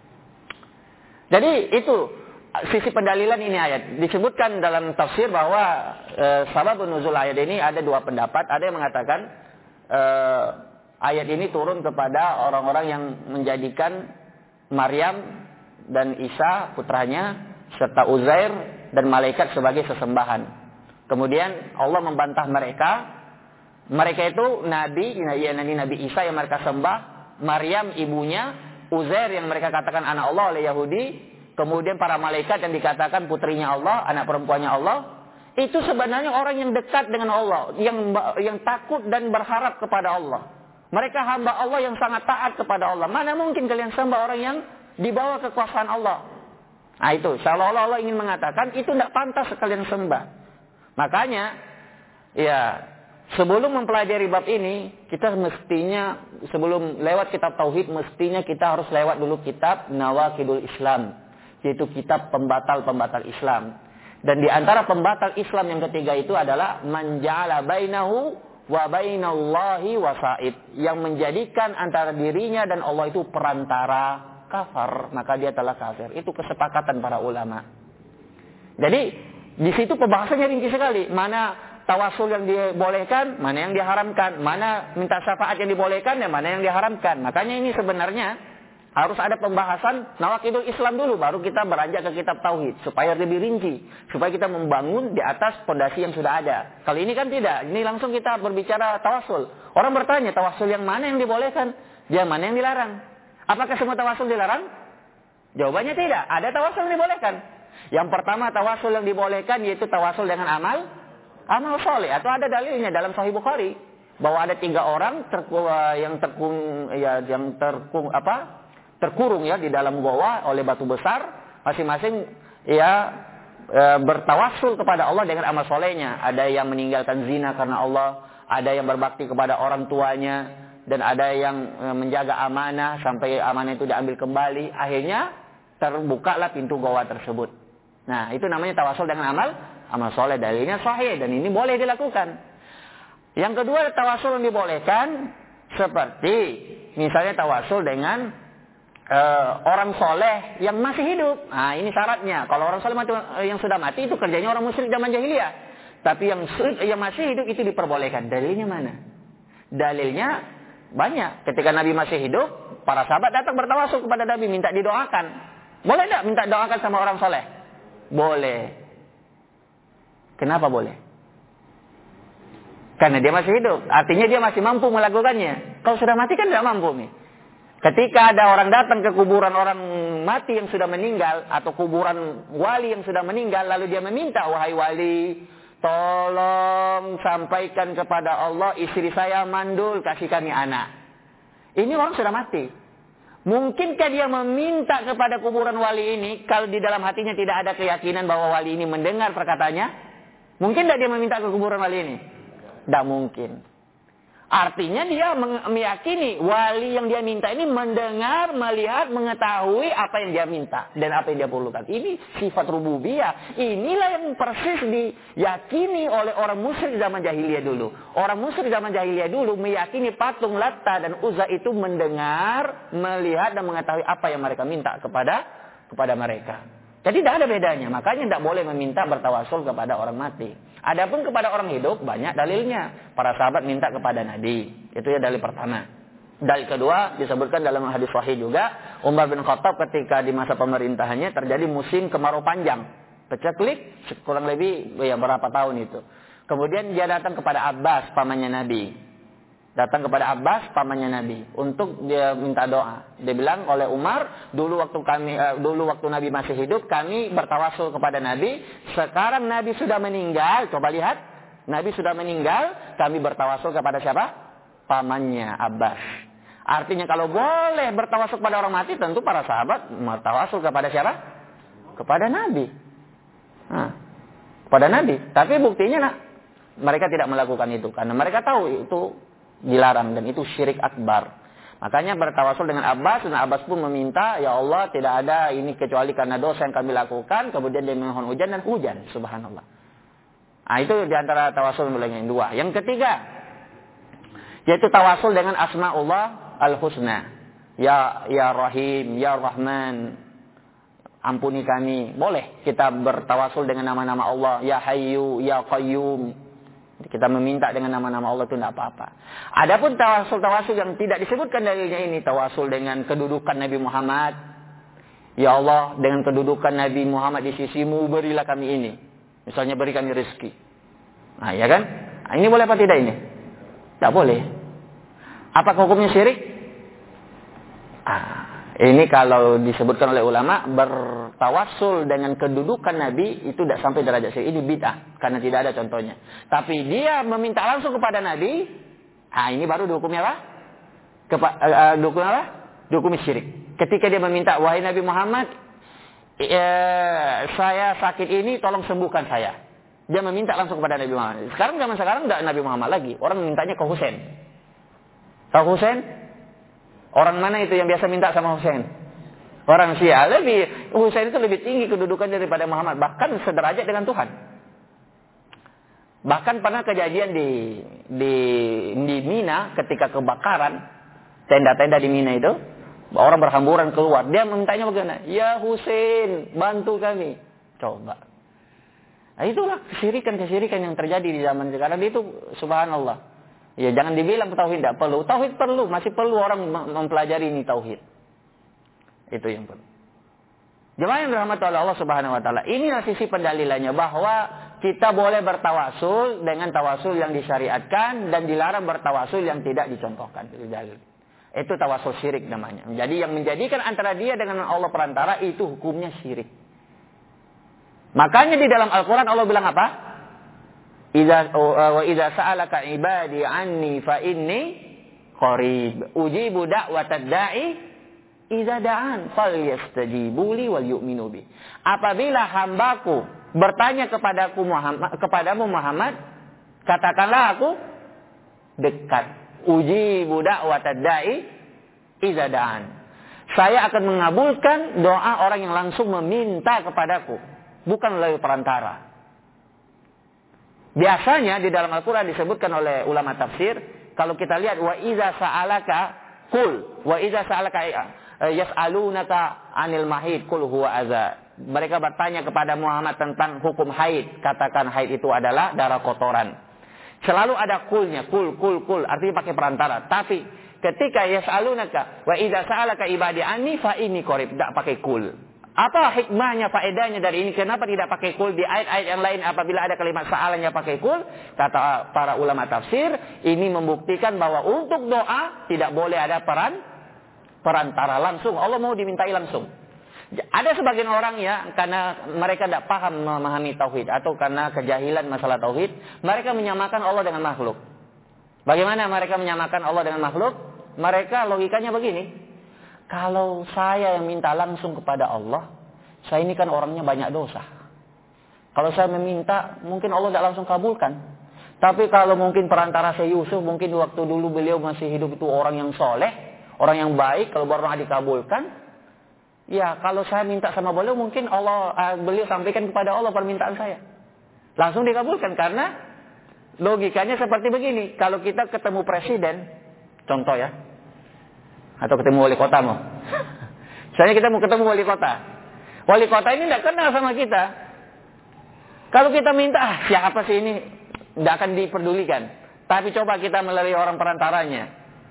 Jadi itu sisi pendalilan ini ayat. Disebutkan dalam tafsir bahwa sababun nuzul ayat ini ada dua pendapat. Ada yang mengatakan ayat ini turun kepada orang-orang yang menjadikan Maryam dan Isa putranya serta Uzair dan malaikat sebagai sesembahan. Kemudian Allah membantah mereka. Mereka itu Nabi Isa yang mereka sembah, Maryam ibunya, Uzair yang mereka katakan anak Allah oleh Yahudi, kemudian para malaikat yang dikatakan putrinya Allah, anak perempuannya Allah. Itu sebenarnya orang yang dekat dengan Allah, yang takut dan berharap kepada Allah. Mereka hamba Allah yang sangat taat kepada Allah. Mana mungkin kalian sembah orang yang di bawah kekuasaan Allah? Nah itu, seolah-olah Allah ingin mengatakan itu tidak pantas kalian sembah. Makanya, ya sebelum mempelajari bab ini, kita mestinya sebelum lewat kitab Tauhid, mestinya kita harus lewat dulu kitab Nawaqidul Islam, yaitu kitab pembatal-pembatal Islam. Dan di antara pembatal Islam yang ketiga itu adalah man ja'ala bainahu wa bainallahi wasa'id, yang menjadikan antara dirinya dan Allah itu perantara, kafar, maka dia telah kafir. Itu kesepakatan para ulama. Jadi di situ pembahasannya rinci sekali. Mana tawasul yang dibolehkan, mana yang diharamkan, mana minta syafaat yang dibolehkan, dan mana yang diharamkan. Makanya ini sebenarnya harus ada pembahasan Nawaqidul Islam dulu, baru kita beranjak ke kitab Tauhid, supaya lebih rinci, supaya kita membangun di atas fondasi yang sudah ada. Kalau ini kan tidak, ini langsung kita berbicara tawasul. Orang bertanya, tawasul yang mana yang dibolehkan? Dia mana yang dilarang? Apakah semua tawasul dilarang? Jawabannya tidak. Ada tawasul yang dibolehkan. Yang pertama tawasul yang dibolehkan yaitu tawasul dengan amal soleh. Atau ada dalilnya dalam Sahih Bukhari bahwa ada 3 orang terkurung ya di dalam goa oleh batu besar, masing-masing bertawasul kepada Allah dengan amal solehnya. Ada yang meninggalkan zina karena Allah, ada yang berbakti kepada orang tuanya, dan ada yang menjaga amanah sampai amanah itu diambil kembali. Akhirnya terbukalah pintu goa tersebut. Nah, itu namanya tawasul dengan amal soleh. Dalilnya sahih dan ini boleh dilakukan. Yang kedua, tawasul yang dibolehkan seperti misalnya tawasul dengan orang soleh yang masih hidup. Nah, ini syaratnya. Kalau orang soleh yang sudah mati itu kerjanya orang musyrik zaman jahiliyah. Tapi yang masih hidup itu diperbolehkan. Dalilnya mana? Dalilnya banyak. Ketika Nabi masih hidup, para sahabat datang bertawasul kepada Nabi, minta didoakan. Boleh tidak minta doakan sama orang soleh? Boleh. Kenapa boleh? Karena dia masih hidup. Artinya dia masih mampu melakukannya. Kalau sudah mati kan tidak mampu nih. Ketika ada orang datang ke kuburan orang mati yang sudah meninggal, atau kuburan wali yang sudah meninggal, lalu dia meminta, wahai wali, tolong sampaikan kepada Allah, istri saya mandul, kasih kami anak. Ini orang sudah mati. Mungkinkah dia meminta kepada kuburan wali ini, kalau di dalam hatinya tidak ada keyakinan bahwa wali ini mendengar perkataannya? Mungkin tidak dia meminta ke kuburan wali ini? Tidak mungkin. Artinya dia meyakini wali yang dia minta ini mendengar, melihat, mengetahui apa yang dia minta dan apa yang dia perlukan. Ini sifat rububiyah. Inilah yang persis diyakini oleh orang musyrik zaman jahiliyah dulu. Orang musyrik zaman jahiliyah dulu meyakini patung Latta dan Uzza itu mendengar, melihat dan mengetahui apa yang mereka minta kepada mereka. Jadi tidak ada bedanya. Makanya tidak boleh meminta bertawasul kepada orang mati. Adapun kepada orang hidup banyak dalilnya. Para sahabat minta kepada Nabi. Itu ya dalil pertama. Dalil kedua disebutkan dalam hadis sahih juga. Umar bin Khattab ketika di masa pemerintahannya terjadi musim kemarau panjang. Peceklik kurang lebih berapa tahun itu. Kemudian dia datang kepada Abbas pamannya Nabi. Datang kepada Abbas pamannya Nabi untuk dia minta doa. Dia bilang oleh Umar, dulu waktu Nabi masih hidup kami bertawasul kepada Nabi. Sekarang Nabi sudah meninggal, coba lihat, Nabi sudah meninggal, kami bertawasul kepada siapa? Pamannya Abbas. Artinya kalau boleh bertawasul kepada orang mati, tentu para sahabat bertawasul kepada siapa? Kepada Nabi. Nah, kepada Nabi. Tapi buktinya mereka tidak melakukan itu karena mereka tahu itu dilarang dan itu syirik akbar. Makanya bertawasul dengan Abbas dan Abbas pun meminta, ya Allah tidak ada ini kecuali karena dosa yang kami lakukan. Kemudian dia memohon hujan dan hujan. Subhanallah. Nah, itu diantara tawasul yang dua. Yang ketiga yaitu tawasul dengan asmaullah al-husna. Ya Rahim, Ya Rahman, ampuni kami. Boleh kita bertawasul dengan nama-nama Allah. Ya Hayyu, Ya Qayyum. Kita meminta dengan nama-nama Allah itu tidak apa-apa. Adapun tawasul-tawasul yang tidak disebutkan dalilnya ini, tawasul dengan kedudukan Nabi Muhammad. Ya Allah, dengan kedudukan Nabi Muhammad di sisimu, berilah kami ini. Misalnya beri kami rezeki. Nah, ya kan? Nah, ini boleh apa tidak ini? Tidak boleh. Apakah hukumnya syirik? Ini kalau disebutkan oleh ulama, bertawassul dengan kedudukan Nabi itu tidak sampai derajat syirik. Ini bid'ah karena tidak ada contohnya. Tapi dia meminta langsung kepada Nabi, ini baru dihukumnya apa? Dihukumnya apa? Dihukumi syirik. Ketika dia meminta, wahai Nabi Muhammad, saya sakit ini, tolong sembuhkan saya. Dia meminta langsung kepada Nabi Muhammad. Zaman sekarang tidak Nabi Muhammad lagi. Orang mintanya ke Husain. Tahu Husain? Orang mana itu yang biasa minta sama Husain? Orang Syiah. Husain itu lebih tinggi kedudukan daripada Muhammad. Bahkan sederajat dengan Tuhan. Bahkan pernah kejadian di Mina ketika kebakaran. Tenda-tenda di Mina itu. Orang berhamburan keluar. Dia mintanya bagaimana? Ya Husain, bantu kami. Coba. Nah, itulah kesyirikan-kesyirikan yang terjadi di zaman sekarang. Itu subhanallah. Ya jangan dibilang tauhid tidak perlu. Tauhid perlu, masih perlu orang mempelajari ini tauhid. Itu yang perlu. Jemaah yang dirahmati oleh Allah Subhanahu wa taala. Inilah sisi pendalilannya bahwa kita boleh bertawasul dengan tawasul yang disyariatkan dan dilarang bertawasul yang tidak dicontohkan. Itu tawasul syirik namanya. Jadi yang menjadikan antara dia dengan Allah perantara itu hukumnya syirik. Makanya di dalam Al-Quran Allah bilang apa? Wa idza sa'alaka ibadi anni fa inni qarib ujibu da'watad da'i idza da'an falyastajibu li wal yu'minu bi. Apabila hambaku bertanya kepadamu Muhammad, katakanlah aku dekat. Ujibu da'watad da'i idza da'an. Saya akan mengabulkan doa orang yang langsung meminta kepadaku, bukan melalui perantara. Biasanya di dalam Al-Quran disebutkan oleh ulama tafsir, kalau kita lihat wa idza sa'alaka qul wa idza sa'alaka yas'alunaka 'anil mahid qul huwa adza. Mereka bertanya kepada Muhammad tentang hukum haid, katakan haid itu adalah darah kotoran. Selalu ada kulnya, kul, artinya pakai perantara. Tapi ketika yas'alunaka wa idza sa'alaka ibadi anni fa inni qarib, tidak pakai kul. Apa hikmahnya, faedahnya dari ini? Kenapa tidak pakai kul? Di ayat-ayat yang lain apabila ada kalimat sa'alannya pakai kul, kata para ulama tafsir, ini membuktikan bahwa untuk doa tidak boleh ada perantara langsung. Allah mau dimintai langsung. Ada sebagian orang ya, karena mereka tidak paham memahami tauhid atau karena kejahilan masalah tauhid, mereka menyamakan Allah dengan makhluk. Bagaimana mereka menyamakan Allah dengan makhluk? Mereka logikanya begini. Kalau saya yang minta langsung kepada Allah, saya ini kan orangnya banyak dosa. Kalau saya meminta, mungkin Allah tidak langsung kabulkan. Tapi kalau mungkin perantara saya Yusuf, mungkin waktu dulu beliau masih hidup itu orang yang soleh, orang yang baik, kalau berdoa dikabulkan. Ya, kalau saya minta sama beliau, mungkin beliau sampaikan kepada Allah permintaan saya. Langsung dikabulkan, karena logikanya seperti begini. Kalau kita ketemu presiden, contoh ya, atau ketemu wali kota mau. Misalnya kita mau ketemu wali kota. Wali kota ini tidak kenal sama kita. Kalau kita minta, siapa sih ini? Tidak akan diperdulikan. Tapi coba kita melalui orang perantaranya.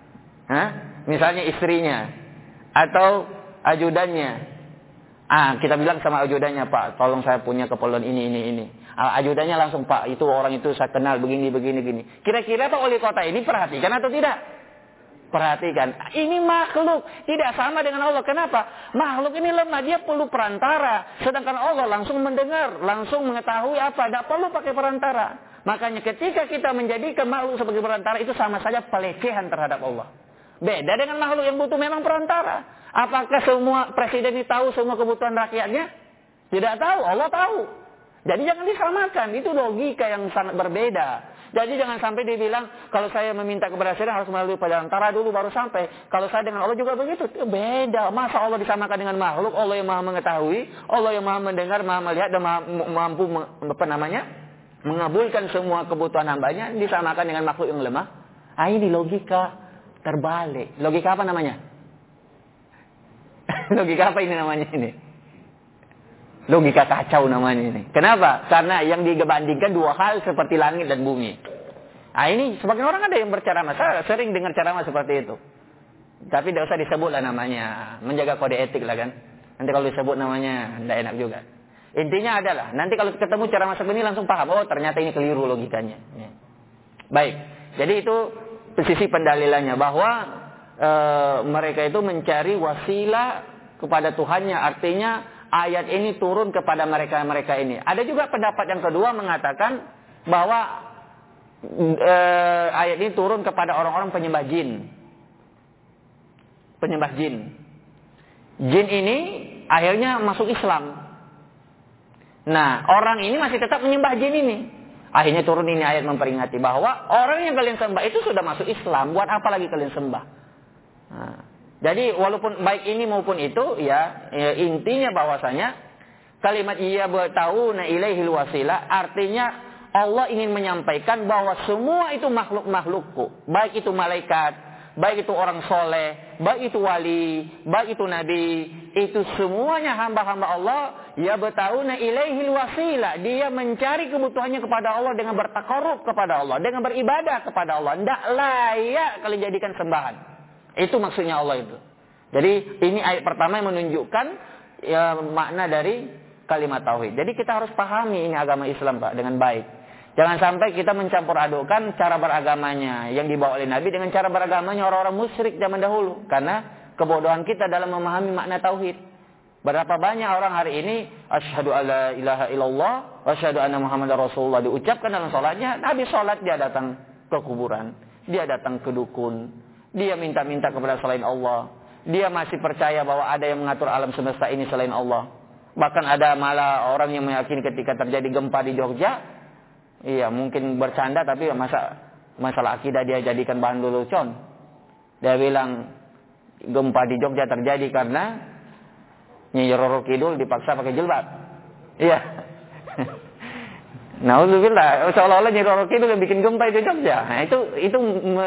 Misalnya istrinya. Atau ajudannya. Kita bilang sama ajudannya, Pak, tolong saya punya keperluan ini. Ajudannya langsung, Pak, itu orang itu saya kenal begini. Kira-kira Pak wali kota ini perhatikan atau tidak? Perhatikan, ini makhluk, tidak sama dengan Allah. Kenapa? Makhluk ini lemah, dia perlu perantara. Sedangkan Allah langsung mendengar, langsung mengetahui apa, tidak perlu pakai perantara. Makanya ketika kita menjadikan makhluk sebagai perantara, itu sama saja pelecehan terhadap Allah. Beda dengan makhluk yang butuh memang perantara. Apakah semua presiden ini tahu semua kebutuhan rakyatnya? Tidak tahu, Allah tahu. Jadi jangan disamakan, itu logika yang sangat berbeda. Jadi jangan sampai dibilang, kalau saya meminta keberhasilan harus melalui perantara dulu baru sampai. Kalau saya dengan Allah juga begitu. Beda. Masa Allah disamakan dengan makhluk? Allah yang maha mengetahui, Allah yang maha mendengar, maha melihat, dan mampu mengabulkan semua kebutuhan hambanya, disamakan dengan makhluk yang lemah. Ini logika terbalik. Logika apa namanya? Logika apa ini namanya ini? Logika kacau namanya ini. Kenapa? Karena yang dibandingkan dua hal seperti langit dan bumi. Ini sebagian orang ada yang berceramah. Saya sering dengar ceramah seperti itu. Tapi tidak usah disebut lah namanya. Menjaga kode etik lah kan. Nanti kalau disebut namanya tidak enak juga. Intinya adalah, nanti kalau ketemu ceramah seperti ini langsung paham. Oh ternyata ini keliru logikanya. Baik. Jadi itu sisi pendalilannya. Bahwa mereka itu mencari wasilah kepada Tuhannya. Artinya ayat ini turun kepada mereka-mereka ini. Ada juga pendapat yang kedua mengatakan bahwa ayat ini turun kepada orang-orang penyembah jin. Penyembah jin. Jin ini akhirnya masuk Islam. Nah, orang ini masih tetap menyembah jin ini. Akhirnya turun ini ayat memperingati bahwa orang yang kalian sembah itu sudah masuk Islam. Buat apa lagi kalian sembah? Nah, jadi walaupun baik ini maupun itu ya intinya bahwasanya kalimat iya bertauna ilaihil wasilah artinya Allah ingin menyampaikan bahwa semua itu makhluk-makhlukku, baik itu malaikat, baik itu orang soleh, baik itu wali, baik itu nabi, itu semuanya hamba-hamba Allah ya bertauna ilaihil wasilah, dia mencari kebutuhannya kepada Allah dengan bertakarrub kepada Allah, dengan beribadah kepada Allah. Tidak layak kalian jadikan sembahan. Itu maksudnya Allah itu. Jadi ini ayat pertama yang menunjukkan ya, makna dari kalimat tauhid. Jadi kita harus pahami ini agama Islam Pak dengan baik. Jangan sampai kita mencampur adukkan cara beragamanya yang dibawa oleh Nabi dengan cara beragamanya orang-orang musyrik zaman dahulu. Karena kebodohan kita dalam memahami makna tauhid. Berapa banyak orang hari ini asyhadu alla ilaha illallah wa asyhadu anna muhammadar rasulullah diucapkan dalam salatnya, habis salat dia datang ke kuburan, dia datang ke dukun, dia minta-minta kepada selain Allah. Dia masih percaya bahwa ada yang mengatur alam semesta ini selain Allah. Bahkan ada malah orang yang meyakini ketika terjadi gempa di Jogja, iya mungkin bercanda tapi masalah akidah dia jadikan bahan lelucon. Dia bilang gempa di Jogja terjadi karena Nyi Roro Kidul dipaksa pakai jilbab. Iya. Nauzubillah, seolah-olah Nyi Roro Kidul yang bikin gempa di Jogja. Nah, itu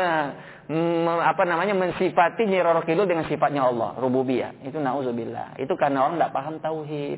mensifati Nyi Roro Kidul dengan sifatnya Allah, rububiyah. Itu nauzubillah. Itu karena orang tidak paham tauhid.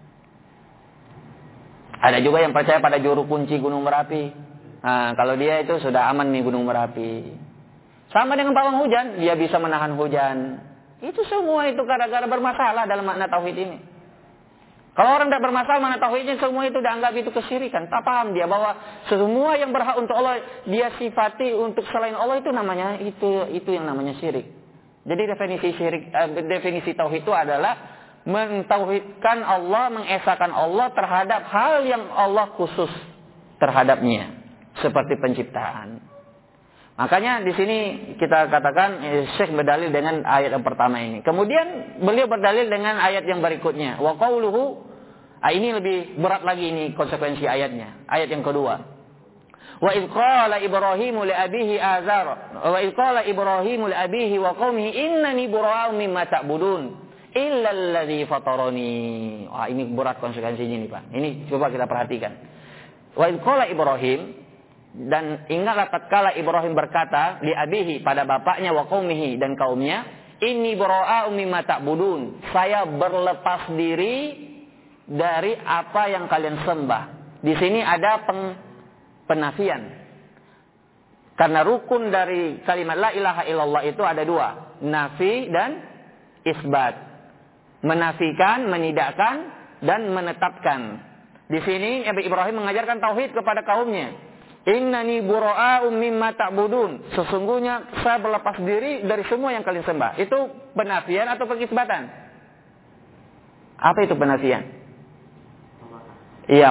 Ada juga yang percaya pada juru kunci Gunung Merapi. Nah, kalau dia itu sudah aman nih Gunung Merapi. Sama dengan pawang hujan, dia bisa menahan hujan. Itu semua itu gara-gara bermasalah dalam makna tauhid ini. Kalau orang tidak bermasalah makna tauhidnya, semua itu dianggap itu kesyirikan. Tak paham dia bahwa semua yang berhak untuk Allah dia sifati untuk selain Allah itu namanya itu yang namanya syirik. Jadi definisi tauhid itu adalah mentauhidkan Allah, mengesahkan Allah terhadap hal yang Allah khusus terhadapnya, seperti penciptaan. Makanya di sini kita katakan Syekh berdalil dengan ayat yang pertama ini. Kemudian beliau berdalil dengan ayat yang berikutnya. Wa qauluhu, ini lebih berat lagi ini konsekuensi ayatnya. Ayat yang kedua. Wa idz qala Ibrahimu li abihi azar wa idz qala Ibrahimu li abihi wa qaumihi innani bura'u mimma ta'budun illa alladzi fatarani. Wah, ini berat konsekuensinya nih, Pak. Ini coba kita perhatikan. Wa idz qala Ibrahim, dan ingatlah tatkala Ibrahim berkata li abihi pada bapaknya wa qaumihi dan kaumnya, inni bura'u mimma ta'budun, saya berlepas diri dari apa yang kalian sembah. Di sini ada penafian. Karena rukun dari kalimat la ilaha illallah itu ada dua, nafi dan isbat. Menafikan, menidakkan dan menetapkan. Di sini Nabi Ibrahim mengajarkan tauhid kepada kaumnya. Innani bura'u mimma ta'budun. Sesungguhnya saya berlepas diri dari semua yang kalian sembah. Itu penafian atau pengisbatan? Apa itu penafian? Iya,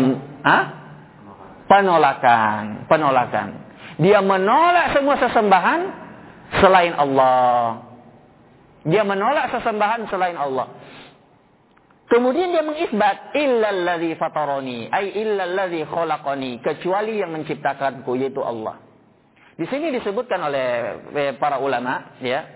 penolakan. Dia menolak semua sesembahan selain Allah. Dia menolak sesembahan selain Allah. Kemudian dia mengisbat illalladzi fatarani, ai illalladzi khalaqani, kecuali yang menciptakanku yaitu Allah. Di sini disebutkan oleh para ulama, ya.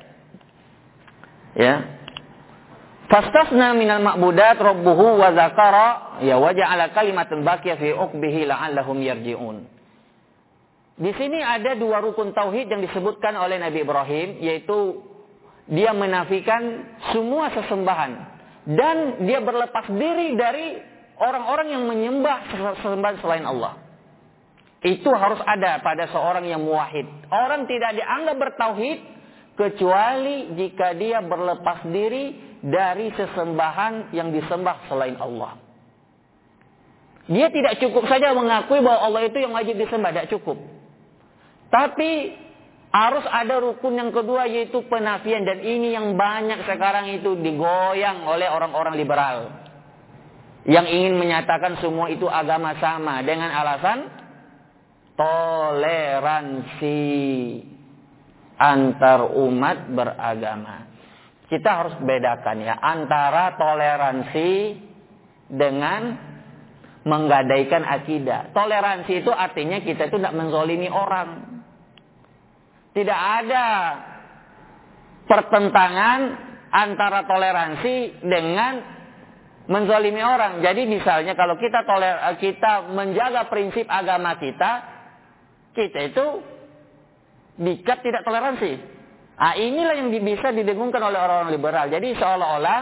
Fastasna minal ma'budat rabbuhu wa zakara ya wa ja'ala kalimatan baqiyah fi uqbihi la'allahum yarji'un. Di sini ada dua rukun tauhid yang disebutkan oleh Nabi Ibrahim, yaitu dia menafikan semua sesembahan. Dan dia berlepas diri dari orang-orang yang menyembah sesembahan selain Allah. Itu harus ada pada seorang yang muwahhid. Orang tidak dianggap bertauhid kecuali jika dia berlepas diri dari sesembahan yang disembah selain Allah. Dia tidak cukup saja mengakui bahwa Allah itu yang wajib disembah, tidak cukup. Tapi harus ada rukun yang kedua, yaitu penafian. Dan ini yang banyak sekarang itu digoyang oleh orang-orang liberal. Yang ingin menyatakan semua itu agama sama. Dengan alasan toleransi antar umat beragama. Kita harus bedakan ya. Antara toleransi dengan menggadaikan akidah. Toleransi itu artinya kita itu tidak menzolimi orang. Tidak ada pertentangan antara toleransi dengan menzalimi orang. Jadi misalnya kalau kita menjaga prinsip agama kita itu diikat tidak toleransi. Nah, inilah yang bisa didengungkan oleh orang-orang liberal. Jadi seolah-olah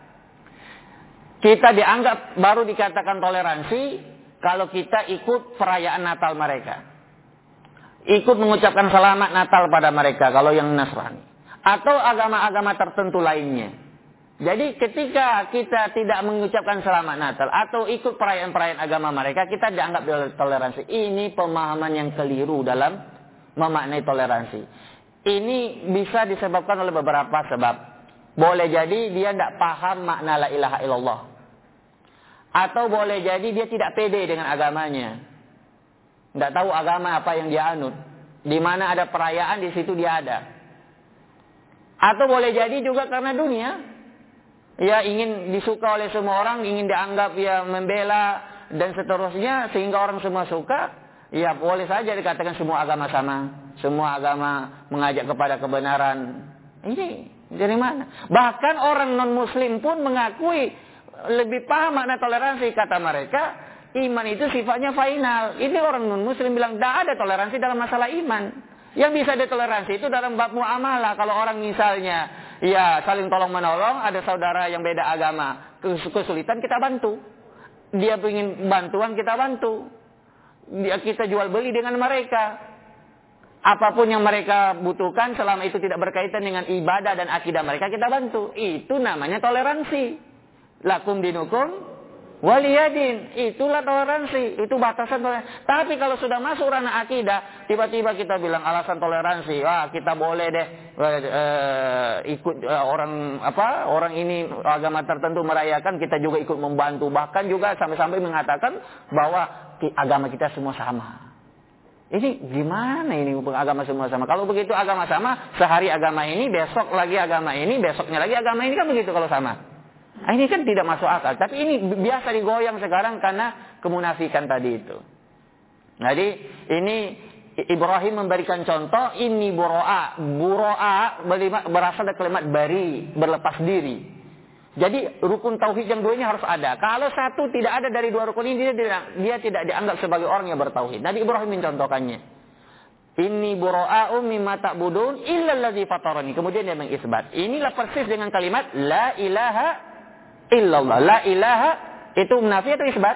kita dianggap baru dikatakan toleransi kalau kita ikut perayaan Natal mereka. Ikut mengucapkan selamat Natal pada mereka kalau yang Nasrani. Atau agama-agama tertentu lainnya. Jadi ketika kita tidak mengucapkan selamat Natal atau ikut perayaan-perayaan agama mereka, kita dianggap toleransi. Ini pemahaman yang keliru dalam memaknai toleransi. Ini bisa disebabkan oleh beberapa sebab. Boleh jadi dia tidak paham makna la ilaha illallah. Atau boleh jadi dia tidak pede dengan agamanya. Tidak tahu agama apa yang dia anut. Di mana ada perayaan, di situ dia ada. Atau boleh jadi juga karena dunia. Ya ingin disuka oleh semua orang, ingin dianggap ya membela dan seterusnya sehingga orang semua suka. Ya boleh saja dikatakan semua agama sama, semua agama mengajak kepada kebenaran. Ini dari mana? Bahkan orang non muslim pun mengakui lebih paham makna toleransi. Kata mereka, iman itu sifatnya final. Ini orang non muslim bilang tidak ada toleransi dalam masalah iman. Yang bisa ditoleransi itu dalam bab muamalah. Kalau orang misalnya ya saling tolong menolong, ada saudara yang beda agama, kesulitan kita bantu. Dia ingin bantuan kita bantu. Kita jual beli dengan mereka. Apapun yang mereka butuhkan selama itu tidak berkaitan dengan ibadah dan akidah mereka, kita bantu. Itu namanya toleransi. Lakum dinukum waliyadin. Itulah toleransi. Itu batasan toleransi. Tapi kalau sudah masuk ranah akidah, tiba-tiba kita bilang alasan toleransi. Wah, kita boleh deh ikut orang ini agama tertentu merayakan, kita juga ikut membantu. Bahkan juga sampai-sampai mengatakan bahwa agama kita semua sama. Ini gimana ini agama semua sama? Kalau begitu agama sama, sehari agama ini, besok lagi agama ini, besoknya lagi agama ini, kan begitu kalau sama. Nah, ini kan tidak masuk akal. Tapi ini biasa digoyang sekarang karena kemunafikan tadi itu. Jadi ini Ibrahim memberikan contoh, ini buro'a. Buro'a berasal dari kalimat bari, berlepas diri. Jadi rukun tauhid yang duanya harus ada. Kalau satu tidak ada dari dua rukun ini, dia tidak dianggap sebagai orang yang bertauhid. Nabi Ibrahim mencontohkannya. Inni bura'a'u mimma ta'budun illa allazi fatarani. Kemudian dia mengisbat. Inilah persis dengan kalimat la ilaha illallah. La ilaha itu nafi atau isbat?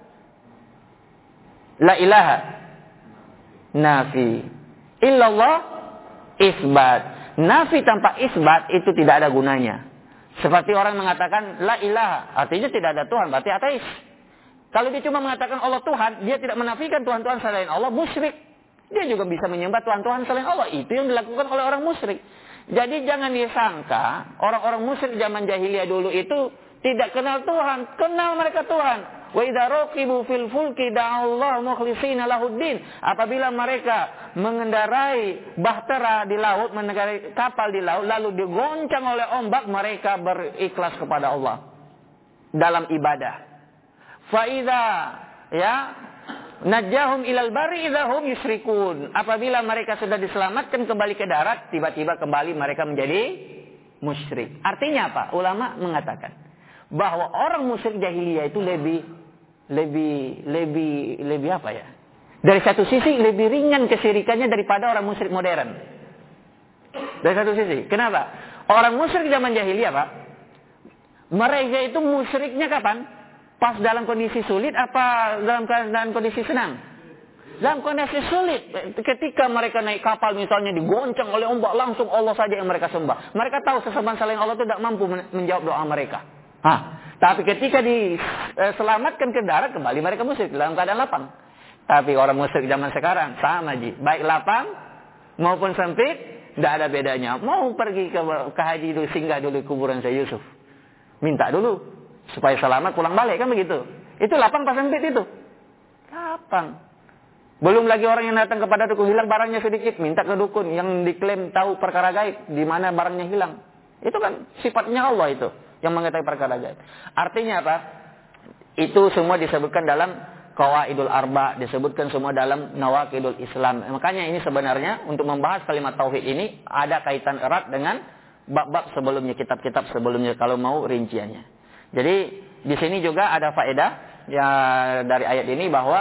La ilaha nafi. Illallah isbat. Nafi tanpa isbat itu tidak ada gunanya. Seperti orang mengatakan la ilaha, artinya tidak ada Tuhan, berarti ateis. Kalau dia cuma mengatakan Allah Tuhan, dia tidak menafikan Tuhan-Tuhan selain Allah, musyrik. Dia juga bisa menyembah Tuhan-Tuhan selain Allah. Itu yang dilakukan oleh orang musyrik. Jadi jangan disangka orang-orang musyrik zaman jahiliyah dulu itu tidak kenal Tuhan. Kenal mereka Tuhan. Wa idza raqibu fil fulki da'allahu mukhlishina lahuddin. Apabila mereka mengendarai bahtera di laut, mengendarai kapal di laut, lalu digoncang oleh ombak, mereka berikhlas kepada Allah dalam ibadah. Fa idza najjahum ilal bari idza hum yusyrikun. Apabila mereka sudah diselamatkan kembali ke darat, tiba-tiba kembali mereka menjadi musyrik. Artinya apa? Ulama mengatakan bahwa orang musyrik jahiliyah itu lebih apa ya? Dari satu sisi lebih ringan kesyirikannya daripada orang musyrik modern. Dari satu sisi. Kenapa? Orang musyrik zaman jahiliyah, Pak, mereka itu musyriknya kapan? Pas dalam kondisi sulit apa dalam keadaan kondisi senang? Dalam kondisi sulit. Ketika mereka naik kapal misalnya digoncang oleh ombak, langsung Allah saja yang mereka sembah. Mereka tahu sesembahan selain Allah itu tidak mampu menjawab doa mereka. Tapi ketika diselamatkan ke darat, kembali mereka musyrik dalam keadaan lapang. Tapi orang musyrik zaman sekarang sama ji, baik lapang maupun sempit, tidak ada bedanya. Mau pergi ke haji dulu, singgah dulu kuburan Syekh Yusuf, minta dulu supaya selamat pulang balik, kan begitu. Itu lapang pas sempit itu, lapang. Belum lagi orang yang datang kepada dukun, hilang barangnya sedikit, minta ke dukun yang diklaim tahu perkara gaib, di mana barangnya hilang. Itu kan sifatnya Allah itu, yang mengetahui perkara gaib. Artinya apa? Itu semua disebutkan dalam Qawaidul Arba, disebutkan semua dalam Nawaqidul Islam. Makanya ini sebenarnya untuk membahas kalimat tauhid ini ada kaitan erat dengan bab-bab sebelumnya, kitab-kitab sebelumnya kalau mau rinciannya. Jadi di sini juga ada faedah ya dari ayat ini bahwa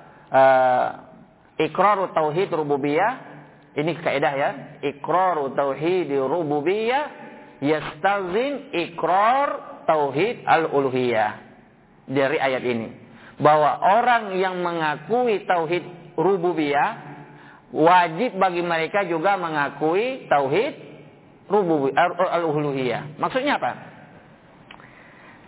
iqraru tauhid rububiyah, ini kaidah ya. Iqraru tauhid rububiyah yastazin iqrar tauhid al-uluhiyah. Dari ayat ini bahwa orang yang mengakui tauhid rububiyah wajib bagi mereka juga mengakui tauhid rububiyah al-uluhiyah. Maksudnya apa?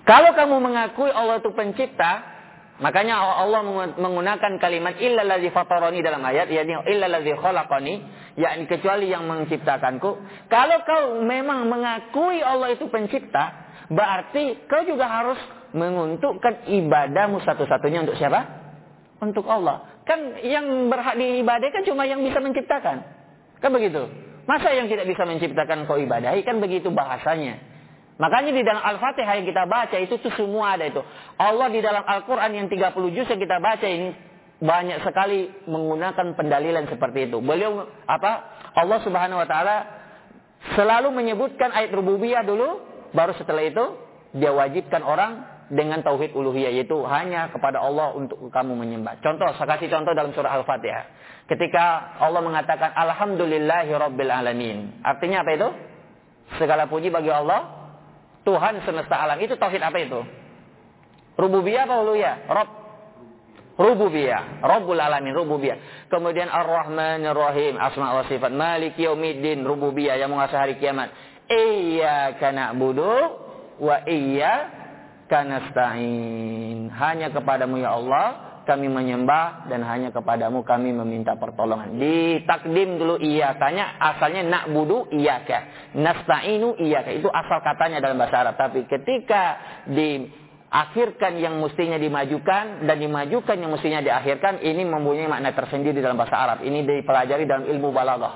Kalau kamu mengakui Allah itu pencipta, makanya Allah menggunakan kalimat illallazi fatarani dalam ayat, yakni illallazi khalaqani, yakni kecuali yang menciptakanku. Kalau kau memang mengakui Allah itu pencipta, berarti kau juga harus menguntukkan ibadahmu satu-satunya untuk siapa? Untuk Allah. Kan yang berhak diibadahi kan cuma yang bisa menciptakan. Kan begitu. Masa yang tidak bisa menciptakan kau ibadahi? Kan begitu bahasanya. Makanya di dalam Al-Fatihah yang kita baca itu tuh semua ada itu. Allah di dalam Al-Quran yang 30 juz yang kita baca ini banyak sekali menggunakan pendalilan seperti itu. Beliau Allah Subhanahu wa taala selalu menyebutkan ayat rububiyah dulu, baru setelah itu dia wajibkan orang dengan tauhid uluhiyah, yaitu hanya kepada Allah untuk kamu menyembah. Contoh, saya kasih contoh dalam surah Al-Fatihah. Ketika Allah mengatakan alhamdulillahi rabbil alamin. Artinya apa itu? Segala puji bagi Allah, Tuhan semesta alam. Itu tauhid apa itu? Rububiyah apa uluhiyah? Rububiyah. Rabbul alamin, rububiyah. Kemudian Ar-Rahmanir Rahim, asma wa sifat. Maliki yaumiddin, rububiyah yang menguasai hari kiamat. Iyyaka na'budu wa iyyaka nasta'in. Hanya kepadamu ya Allah kami menyembah dan hanya kepadamu kami meminta pertolongan. Ditakdim dulu iyakanya, asalnya na'budu iyaka, nasta'inu iyaka. Itu asal katanya dalam bahasa Arab. Tapi ketika diakhirkan yang mestinya dimajukan dan dimajukan yang mestinya diakhirkan, ini mempunyai makna tersendiri dalam bahasa Arab. Ini dipelajari dalam ilmu balaghah.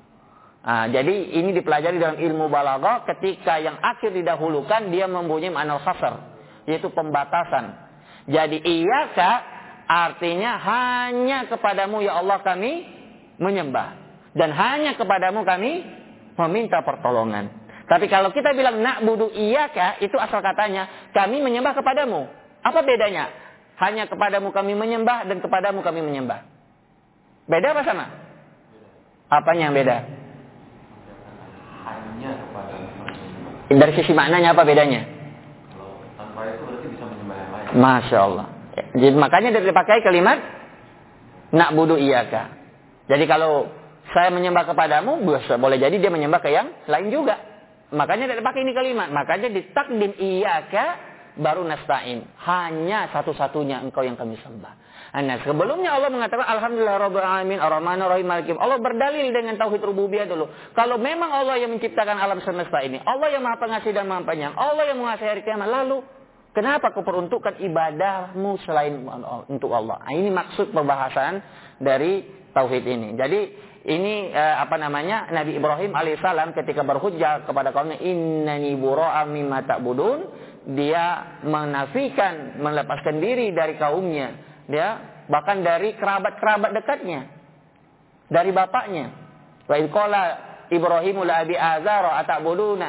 Jadi ini dipelajari dalam ilmu balaghah, ketika yang akhir didahulukan dia mempunyai makna khasar, yaitu pembatasan. Jadi iyaka artinya hanya kepadamu ya Allah kami menyembah dan hanya kepadamu kami meminta pertolongan. Tapi kalau kita bilang na'budu iyaka, itu asal katanya kami menyembah kepadamu. Apa bedanya? Hanya kepadamu kami menyembah dan kepadamu kami menyembah. Beda apa sama? Apanya yang beda? Hanya kepadamu. Dari sisi maknanya apa bedanya? Kalau tanpa itu berarti bisa menyembah yang lain. Masya Allah. Jadi makanya dipakai kalimat na'budu iyaka. Jadi kalau saya menyembah kepadamu, boleh jadi dia menyembah ke yang lain juga. Makanya tidak dipakai ini kalimat. Makanya ditakdim iyaka baru nasta'in. Hanya satu-satunya engkau yang kami sembah. Nah, sebelumnya Allah mengatakan alhamdulillah rabbil alamin arrahmanir rahim maliki. Allah berdalil dengan tauhid rububiyah dulu. Kalau memang Allah yang menciptakan alam semesta ini, Allah yang Maha Pengasih dan Maha Penyayang, Allah yang menguasai hari kiamat, lalu kenapa kau peruntukkan ibadahmu selain untuk Allah? Nah, ini maksud pembahasan dari tauhid ini. Jadi ini Nabi Ibrahim alaihissalam ketika berhujjah kepada kaumnya, innani bura'a mimma ta'budun, dia menafikan, melepaskan diri dari kaumnya, dia bahkan dari kerabat-kerabat dekatnya, dari bapaknya. Wa idh qala Ibrahimu la abi azara ata'buduna,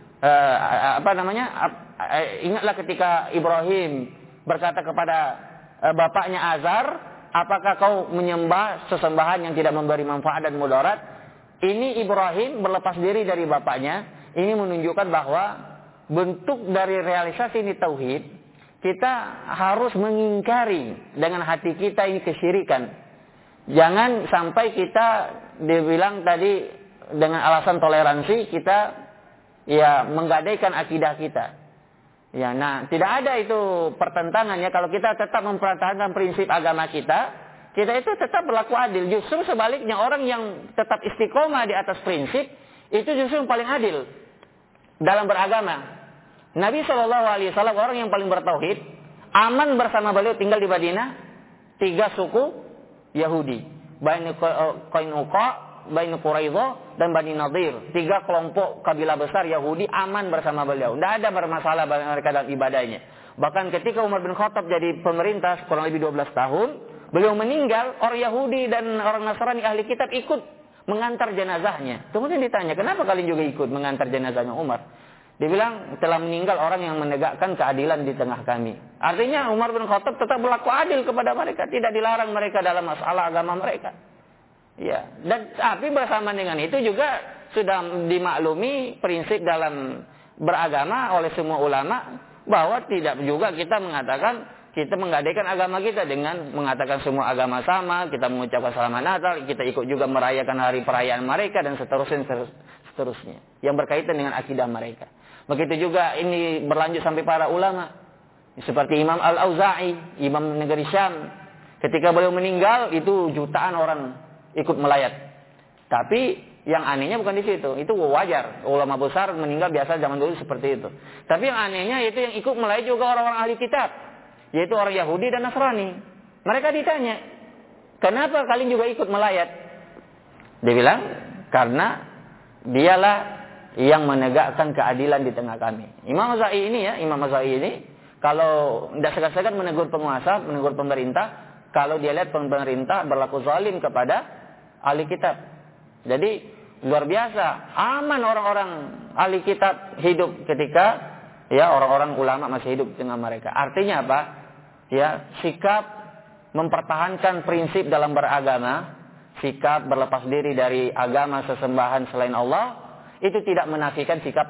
ingatlah ketika Ibrahim berkata kepada bapaknya Azar, apakah kau menyembah sesembahan yang tidak memberi manfaat dan mudarat? Ini Ibrahim berlepas diri dari bapaknya. Ini menunjukkan bahwa bentuk dari realisasi ini tauhid, kita harus mengingkari dengan hati kita ini kesyirikan. Jangan sampai kita dibilang tadi dengan alasan toleransi kita menggadaikan akidah kita. Tidak ada itu pertentangannya kalau kita tetap mempertahankan prinsip agama kita itu tetap berlaku adil. Justru sebaliknya, orang yang tetap istiqomah di atas prinsip itu justru yang paling adil dalam beragama. Nabi SAW orang yang paling bertauhid, aman bersama beliau tinggal di Madinah 3 suku Yahudi, Bani Qainuqa, Bani Quraidah dan Bani Nadir. 3 kelompok kabilah besar Yahudi aman bersama beliau. Tidak ada bermasalah mereka dalam ibadahnya. Bahkan ketika Umar bin Khattab jadi pemerintah kurang lebih 12 tahun, beliau meninggal, orang Yahudi dan orang Nasrani ahli kitab ikut mengantar jenazahnya. Kemudian ditanya, kenapa kalian juga ikut mengantar jenazahnya Umar? Dia bilang, telah meninggal orang yang menegakkan keadilan di tengah kami. Artinya Umar bin Khattab tetap berlaku adil kepada mereka, tidak dilarang mereka dalam masalah agama mereka. Dan tapi bersamaan dengan itu juga sudah dimaklumi prinsip dalam beragama oleh semua ulama, bahwa tidak juga kita mengatakan kita menggadaikan agama kita dengan mengatakan semua agama sama, kita mengucapkan selamat Natal, kita ikut juga merayakan hari perayaan mereka dan seterusnya yang berkaitan dengan akidah mereka. Begitu juga ini berlanjut sampai para ulama. Seperti Imam Al-Auza'i, Imam negeri Syam. Ketika beliau meninggal, itu jutaan orang ikut melayat. Tapi yang anehnya bukan di situ. Itu wajar. Ulama besar meninggal biasa zaman dulu seperti itu. Tapi yang anehnya itu yang ikut melayat juga orang-orang ahli kitab. Yaitu orang Yahudi dan Nasrani. Mereka ditanya, kenapa kalian juga ikut melayat? Dia bilang, karena dialah yang menegakkan keadilan di tengah kami. Imam Auza'i ini, kalau tidak segan-segan menegur penguasa, menegur pemerintah, kalau dia lihat pemerintah berlaku zalim kepada ahli kitab. Jadi luar biasa, aman orang-orang ahli kitab hidup ketika ya orang-orang ulama masih hidup dengan mereka. Artinya apa? Ya, sikap mempertahankan prinsip dalam beragama, sikap berlepas diri dari agama sesembahan selain Allah, itu tidak menafikan sikap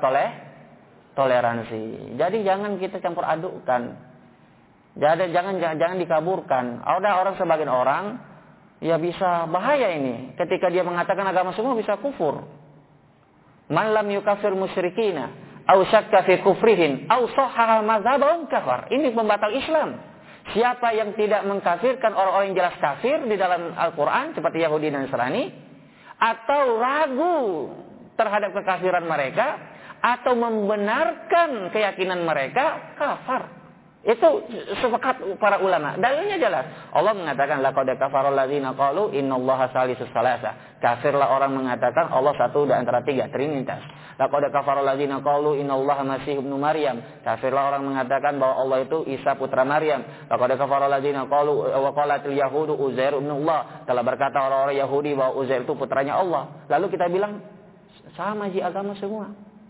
toleransi. Jadi jangan kita campur adukkan. Jadi jangan dikaburkan. Ada orang sebagian orang ya bisa bahaya ini. Ketika dia mengatakan agama semua bisa kufur. Man lam yukafir musyrikina aw syakka fi kufrihin aw sahhaha mazhabahum kafar. Ini pembatal Islam. Siapa yang tidak mengkafirkan orang-orang yang jelas kafir di dalam Al-Qur'an seperti Yahudi dan Nasrani, atau ragu terhadap kekafiran mereka, atau membenarkan keyakinan mereka, kafar. Itu sepakat para ulama. Dalilnya jelas. Allah mengatakan laqad kafara alladziina qalu innallaha salisus salasa. Kafirlah orang mengatakan Allah satu di antara tiga, trinitas. Laqad kafara alladziina qalu innallaha masih ibnu Maryam. Kafirlah orang mengatakan bahwa Allah itu Isa putra Maryam. Laqad kafara alladziina qalu wa qalatil yahudu Uzair ibnullah. Telah berkata orang-orang Yahudi bahwa Uzair itu putranya Allah. Lalu kita bilang sama ji agama semua.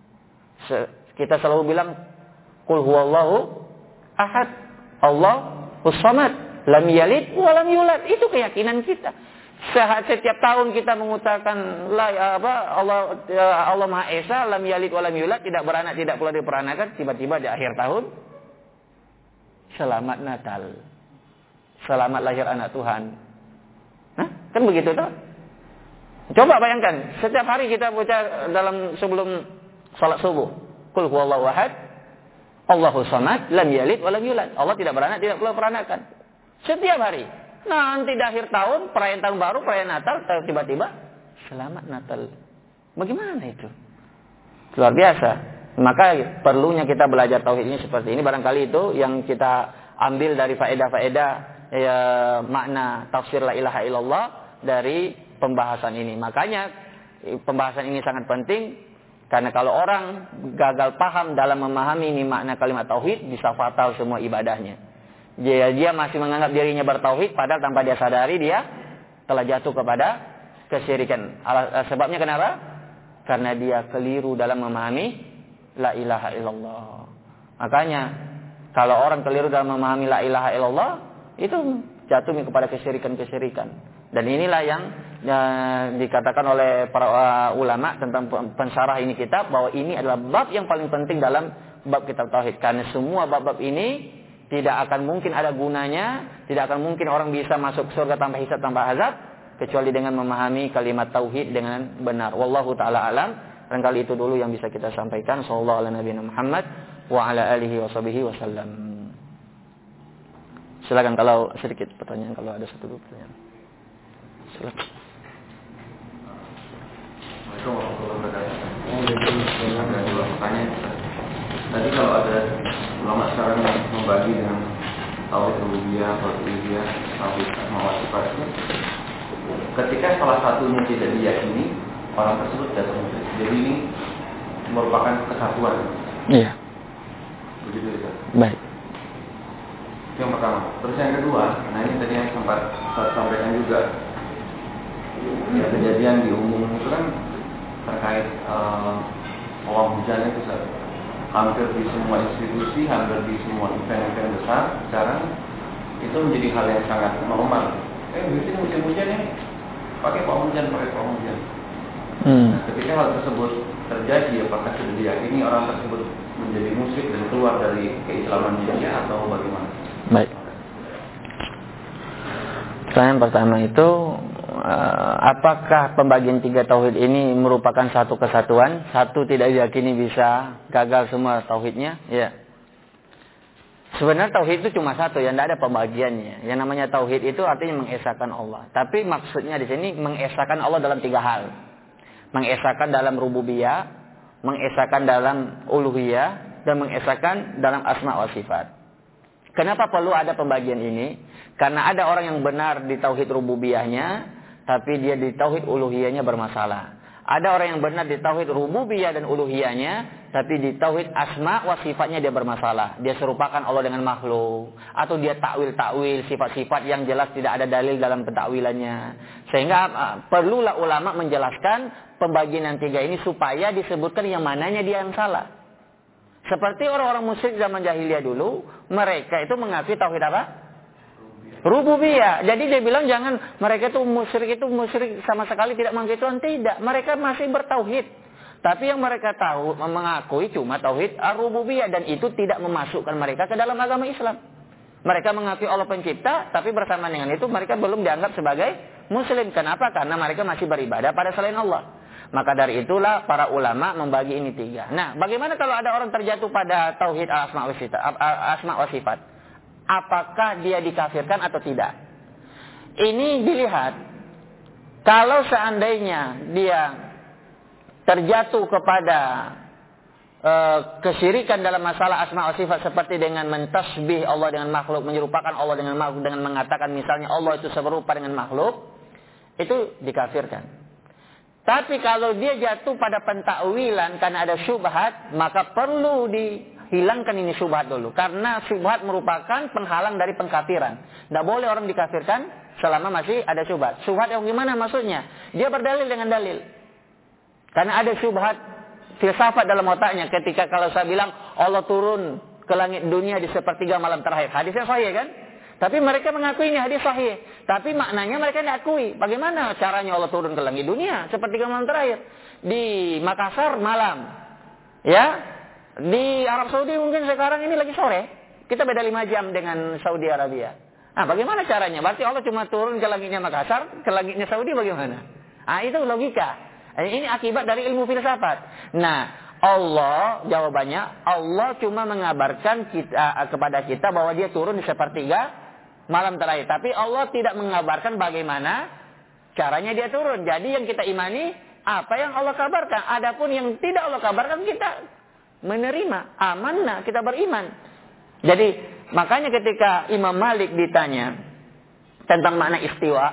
Kita selalu bilang qul huwallahu ahad, Allahus samad, lam yalid wa lam yulad. Itu keyakinan kita. Setiap tahun kita mengutakan Allah Maha Esa, lam yalid wa lam yulad, tidak beranak, tidak pula diperanakan. Tiba-tiba di akhir tahun, selamat Natal, selamat lahir anak Tuhan. Hah? Kan begitu toh? Coba bayangkan, setiap hari kita baca dalam sebelum salat subuh, qul huwallahu ahad, Allahus samad, lam yalid wa lam yulad. Allah tidak beranak, tidak pula peranakan. Setiap hari. Nanti di akhir tahun, perayaan tahun baru, perayaan Natal, tiba-tiba selamat Natal. Bagaimana itu? Luar biasa. Maka perlunya kita belajar tauhid ini seperti ini. Barangkali itu yang kita ambil dari faedah-faedah ya, makna tafsir la ilaha illallah dari pembahasan ini. Makanya pembahasan ini sangat penting. Karena kalau orang gagal paham dalam memahami ini makna kalimat tauhid, bisa fatal semua ibadahnya. Dia masih menganggap dirinya bertauhid, padahal tanpa dia sadari dia telah jatuh kepada kesyirikan. Sebabnya kenapa? Karena dia keliru dalam memahami la ilaha illallah. Makanya kalau orang keliru dalam memahami la ilaha illallah, itu jatuh kepada kesyirikan-kesyirikan. Dan inilah yang dikatakan oleh para ulama tentang pensyarah ini kitab, bahwa ini adalah bab yang paling penting dalam bab kitab tauhid. Karena semua bab-bab ini tidak akan mungkin ada gunanya, tidak akan mungkin orang bisa masuk surga tanpa hisab, tanpa azab, kecuali dengan memahami kalimat tauhid dengan benar. Wallahu taala alam. Dan kali itu dulu yang bisa kita sampaikan. Sallallahu alaihi Muhammad wa ala alihi washabihi wasallam. Silakan kalau sedikit pertanyaan, kalau ada satu dua pertanyaan. Silakan. Ada dua pertanyaan. Tadi kalau ada ulama sekarang yang membagi dengan tauhid rububiyah, uluhiyah, tauhid asma wa sifat, ketika salah satunya tidak diyakini, orang tersebut jatuh musyrik. Jadi ini merupakan kesatuan. Iya. Begitu ya. Baik. Yang pertama. Terus yang kedua, nah ini tadi yang sempat saya sampaikan juga. Ya, kejadian di umum itu kan terkait awam hujan itu hampir di semua institusi, hampir di semua event-event besar sekarang itu menjadi hal yang sangat normal. Biasanya musim hujan ya, pakai pawang hujan. Nah, ketika hal tersebut terjadi, apakah sudah diyakini orang tersebut menjadi musyrik dan keluar dari keislaman dia atau bagaimana? Baik. Pertanyaan pertama itu apakah pembagian 3 tauhid ini merupakan satu kesatuan? Satu tidak diyakini bisa gagal semua tauhidnya? Ya. Sebenarnya tauhid itu cuma satu, yang tidak ada pembagiannya. Yang namanya tauhid itu artinya mengesahkan Allah. Tapi maksudnya di sini mengesahkan Allah dalam 3 hal. Mengesahkan dalam rububiyah, mengesahkan dalam uluhiyah, dan mengesahkan dalam asma wa sifat. Kenapa perlu ada pembagian ini? Karena ada orang yang benar di tauhid rububiyahnya, tapi dia di tauhid uluhiyahnya bermasalah. Ada orang yang benar di tauhid rububiyah dan uluhiyahnya, tapi di tauhid asma wa sifatnya dia bermasalah. Dia serupakan Allah dengan makhluk, atau dia takwil sifat-sifat yang jelas tidak ada dalil dalam pentakwilannya. Sehingga perlulah ulama menjelaskan pembagian yang 3 ini supaya disebutkan yang mananya dia yang salah. Seperti orang-orang musyrik zaman jahiliyah dulu, mereka itu mengakui tauhid apa? Rububiyah. Jadi dia bilang jangan mereka itu musyrik sama sekali tidak mengakui Tuhan. Tidak, mereka masih bertauhid. Tapi yang mereka tahu mengakui cuma tauhid ar-rububiyah, dan itu tidak memasukkan mereka ke dalam agama Islam. Mereka mengakui Allah pencipta, tapi bersama dengan itu mereka belum dianggap sebagai muslim. Kenapa? Karena mereka masih beribadah pada selain Allah. Maka dari itulah para ulama membagi ini 3. Nah, bagaimana kalau ada orang terjatuh pada tauhid asma wa sifat? Apakah dia dikafirkan atau tidak? Ini dilihat. Kalau seandainya dia terjatuh kepada kesyirikan dalam masalah asma wa sifat, seperti dengan mentasbih Allah dengan makhluk, menyerupakan Allah dengan makhluk, dengan mengatakan misalnya Allah itu serupa dengan makhluk, itu dikafirkan. Tapi kalau dia jatuh pada pentakwilan karena ada syubhat, maka perlu hilangkan ini syubhat dulu. Karena syubhat merupakan penghalang dari pengkafiran. Tidak boleh orang dikafirkan selama masih ada syubhat. Syubhat yang gimana maksudnya? Dia berdalil dengan dalil. Karena ada syubhat filsafat dalam otaknya. Ketika kalau saya bilang Allah turun ke langit dunia di sepertiga malam terakhir. Hadisnya sahih kan? Tapi mereka mengakui ini hadis sahih. Tapi maknanya mereka tidak akui. Bagaimana caranya Allah turun ke langit dunia sepertiga malam terakhir? Di Makassar malam. Ya. Di Arab Saudi mungkin sekarang ini lagi sore. Kita beda 5 jam dengan Saudi Arabia. Nah, bagaimana caranya? Berarti Allah cuma turun ke langitnya Makassar, ke langitnya Saudi bagaimana? Nah, itu logika. Ini akibat dari ilmu filsafat. Nah, Allah, jawabannya, Allah cuma mengabarkan kepada kita bahwa dia turun di sepertiga malam terakhir. Tapi Allah tidak mengabarkan bagaimana caranya dia turun. Jadi yang kita imani, apa yang Allah kabarkan. Adapun yang tidak Allah kabarkan, kita menerima, amanah, kita beriman. Jadi makanya ketika Imam Malik ditanya tentang makna istiwa,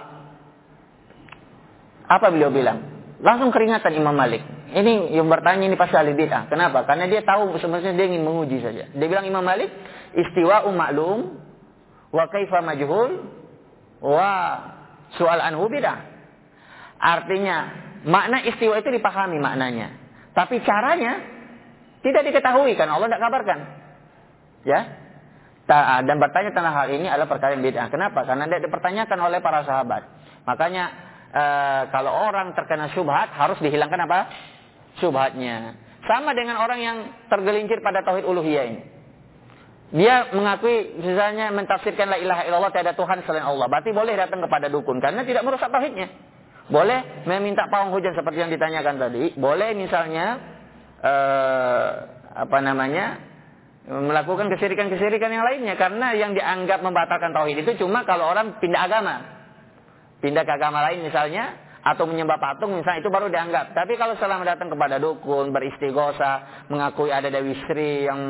apa beliau bilang? Langsung keringatan Imam Malik. Ini yang bertanya ini pasti ahli bid'ah. Kenapa? Karena dia tahu sebenarnya dia ingin menguji saja. Dia bilang Imam Malik, istiwa ma'lum wa kaifa majhul wa su'al anhu bid'ah. Artinya makna istiwa itu dipahami maknanya, tapi caranya tidak diketahui kan Allah tidak kabarkan. Ya. Dan bertanya tentang hal ini adalah perkara yang bid'ah. Kenapa? Karena tidak dipertanyakan oleh para sahabat. Makanya kalau orang terkena syubhat harus dihilangkan apa? Syubhatnya. Sama dengan orang yang tergelincir pada tauhid uluhiyah ini. Dia mengakui misalnya mentafsirkan la ilaha illallah, tiada Tuhan selain Allah. Berarti boleh datang kepada dukun karena tidak merusak tauhidnya. Boleh meminta pawang hujan seperti yang ditanyakan tadi. Boleh misalnya melakukan kesyirikan-kesyirikan yang lainnya, karena yang dianggap membatalkan tauhid itu cuma kalau orang pindah agama, pindah ke agama lain misalnya, atau menyembah patung misalnya, itu baru dianggap. Tapi kalau selama datang kepada dukun, beristighosa, mengakui ada Dewi Sri yang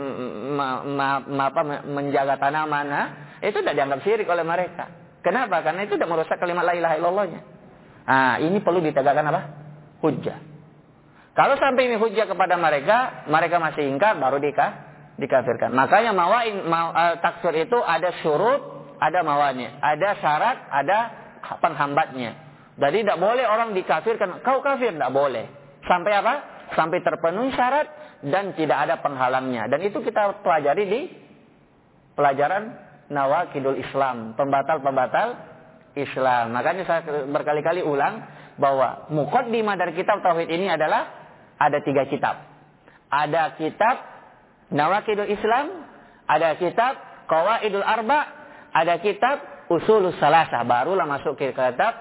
menjaga tanaman, itu tidak dianggap syirik oleh mereka. Kenapa? Karena itu tidak merusak kalimat la ilaha illallahnya. Nah, ini perlu ditegakkan apa? Hujjah. Kalau sampai ini hujjah kepada mereka, mereka masih ingkar, baru dikafirkan. Makanya takfir itu ada syurut, ada mawani, ada syarat, ada penghambatnya. Jadi tidak boleh orang dikafirkan, kau kafir, tidak boleh. Sampai apa? Sampai terpenuhi syarat dan tidak ada penghalangnya. Dan itu kita pelajari di pelajaran Nawaqidul Islam, pembatal-pembatal Islam. Makanya saya berkali-kali ulang bahwa muqaddimah dari kitab tauhid ini adalah ada 3 kitab. Ada kitab Nawaqidul Islam, ada kitab Qawaidul Arba, ada kitab Usulus Salasah. Barulah masuk ke kitab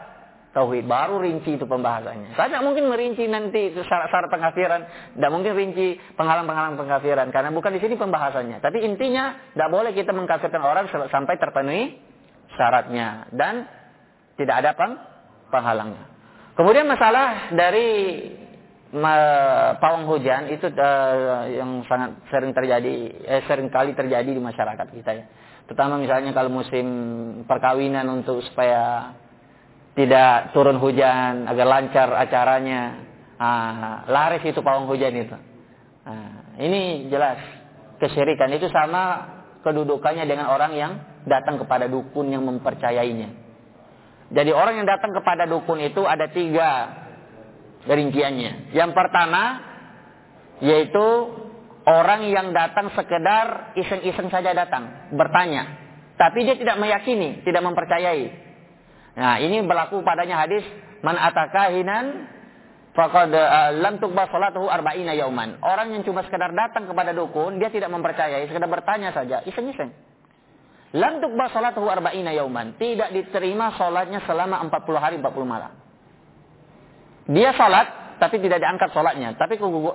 tauhid, baru rinci itu pembahasannya. Saya tidak mungkin merinci nanti syarat-syarat pengkafiran, tidak mungkin rinci penghalang-penghalang pengkafiran, karena bukan di sini pembahasannya. Tapi intinya tidak boleh kita mengkafirkan orang sampai terpenuhi syaratnya dan tidak ada penghalangnya. Kemudian masalah dari pawang hujan itu yang sangat sering kali terjadi di masyarakat kita ya. Terutama misalnya kalau musim perkawinan untuk supaya tidak turun hujan agar lancar acaranya, laris itu pawang hujan itu. Ini jelas kesyirikan, itu sama kedudukannya dengan orang yang datang kepada dukun yang mempercayainya. Jadi orang yang datang kepada dukun itu ada 3 rinciannya. Yang pertama yaitu orang yang datang sekedar iseng-iseng saja datang, bertanya, tapi dia tidak meyakini, tidak mempercayai. Nah, ini berlaku padanya hadis man atakahinan faqad lam tuqbal salatuhu 40 yauman. Orang yang cuma sekedar datang kepada dukun, dia tidak mempercayai, sekedar bertanya saja, iseng-iseng. Lam tuqbal salatuhu 40 yauman. Tidak diterima salatnya selama 40 hari 40 malam. Dia salat tapi tidak diangkat salatnya, tapi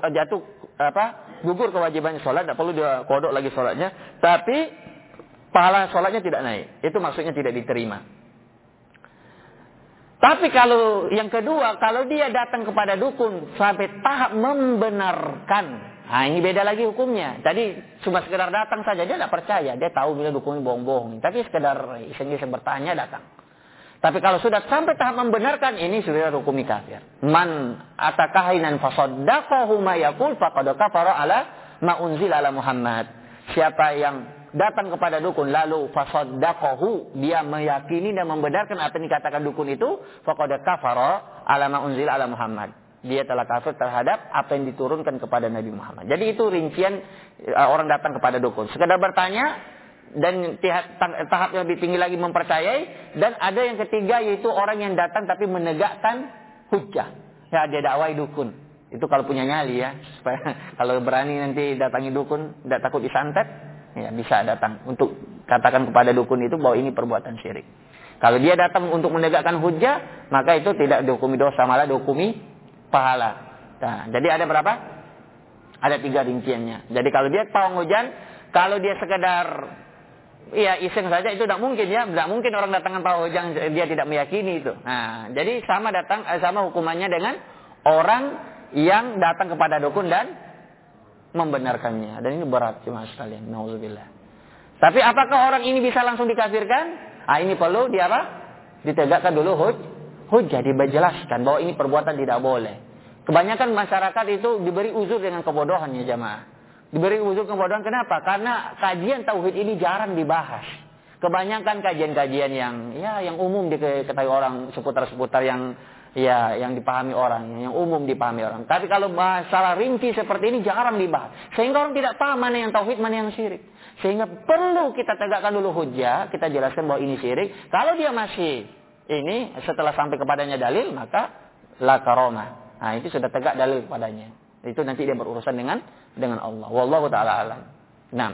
gugur kewajibannya salat, tidak perlu dia kodok lagi salatnya, tapi pahala salatnya tidak naik. Itu maksudnya tidak diterima. Tapi kalau yang kedua, kalau dia datang kepada dukun sampai tahap membenarkan, ini beda lagi hukumnya. Tadi cuma sekedar datang saja, dia tidak percaya, dia tahu bila dukun bohong-bohong, tapi sekedar iseng-iseng bertanya datang. Tapi kalau sudah sampai tahap membenarkan, ini sudah hukumi kafir. Man atakahinan fasaddaqahu ma yaqul faqad kafara ala ma unzila ala Muhammad. Siapa yang datang kepada dukun lalu fasaddaqahu, dia meyakini dan membenarkan apa yang dikatakan dukun itu, faqad kafara ala ma unzila ala Muhammad. Dia telah kafir terhadap apa yang diturunkan kepada Nabi Muhammad. Jadi itu rincian orang datang kepada dukun. Sekedar bertanya, dan tahap yang lebih tinggi lagi mempercayai. Dan ada yang ketiga yaitu orang yang datang tapi menegakkan hujjah. Ya, dia dakwai dukun. Itu kalau punya nyali ya. Supaya kalau berani nanti datangi dukun, tidak takut disantet, ya bisa datang untuk katakan kepada dukun itu bahwa ini perbuatan syirik. Kalau dia datang untuk menegakkan hujjah, maka itu tidak dihukumi dosa, malah dihukumi pahala. Nah, jadi ada berapa? Ada 3 rinciannya. Jadi kalau dia pawang hujan, kalau dia sekedar iseng saja itu tidak mungkin ya, tidak mungkin orang datangkan pawang hujan dia tidak meyakini itu. Nah, jadi sama hukumannya dengan orang yang datang kepada dukun dan membenarkannya. Dan ini berat cuma sekalian, nauzubillah. Tapi apakah orang ini bisa langsung dikafirkan? Ini perlu ditegakkan dulu hujjah, dijelaskan bahwa ini perbuatan tidak boleh. Kebanyakan masyarakat itu diberi uzur dengan kebodohan ya jamaah. Diberi uzur kebodohan kenapa? Karena kajian tauhid ini jarang dibahas. Kebanyakan kajian-kajian yang umum diketahui orang, seputar-seputar yang dipahami orang, yang umum dipahami orang. Tapi kalau masalah rinci seperti ini jarang dibahas. Sehingga orang tidak paham mana yang tauhid, mana yang syirik. Sehingga perlu kita tegakkan dulu hujjah, kita jelaskan bahwa ini syirik. Kalau dia masih setelah sampai kepadanya dalil, maka la karamah. Nah, itu sudah tegak dalil kepadanya. Itu nanti dia berurusan dengan Allah. Wallahu ta'ala alam. Nah,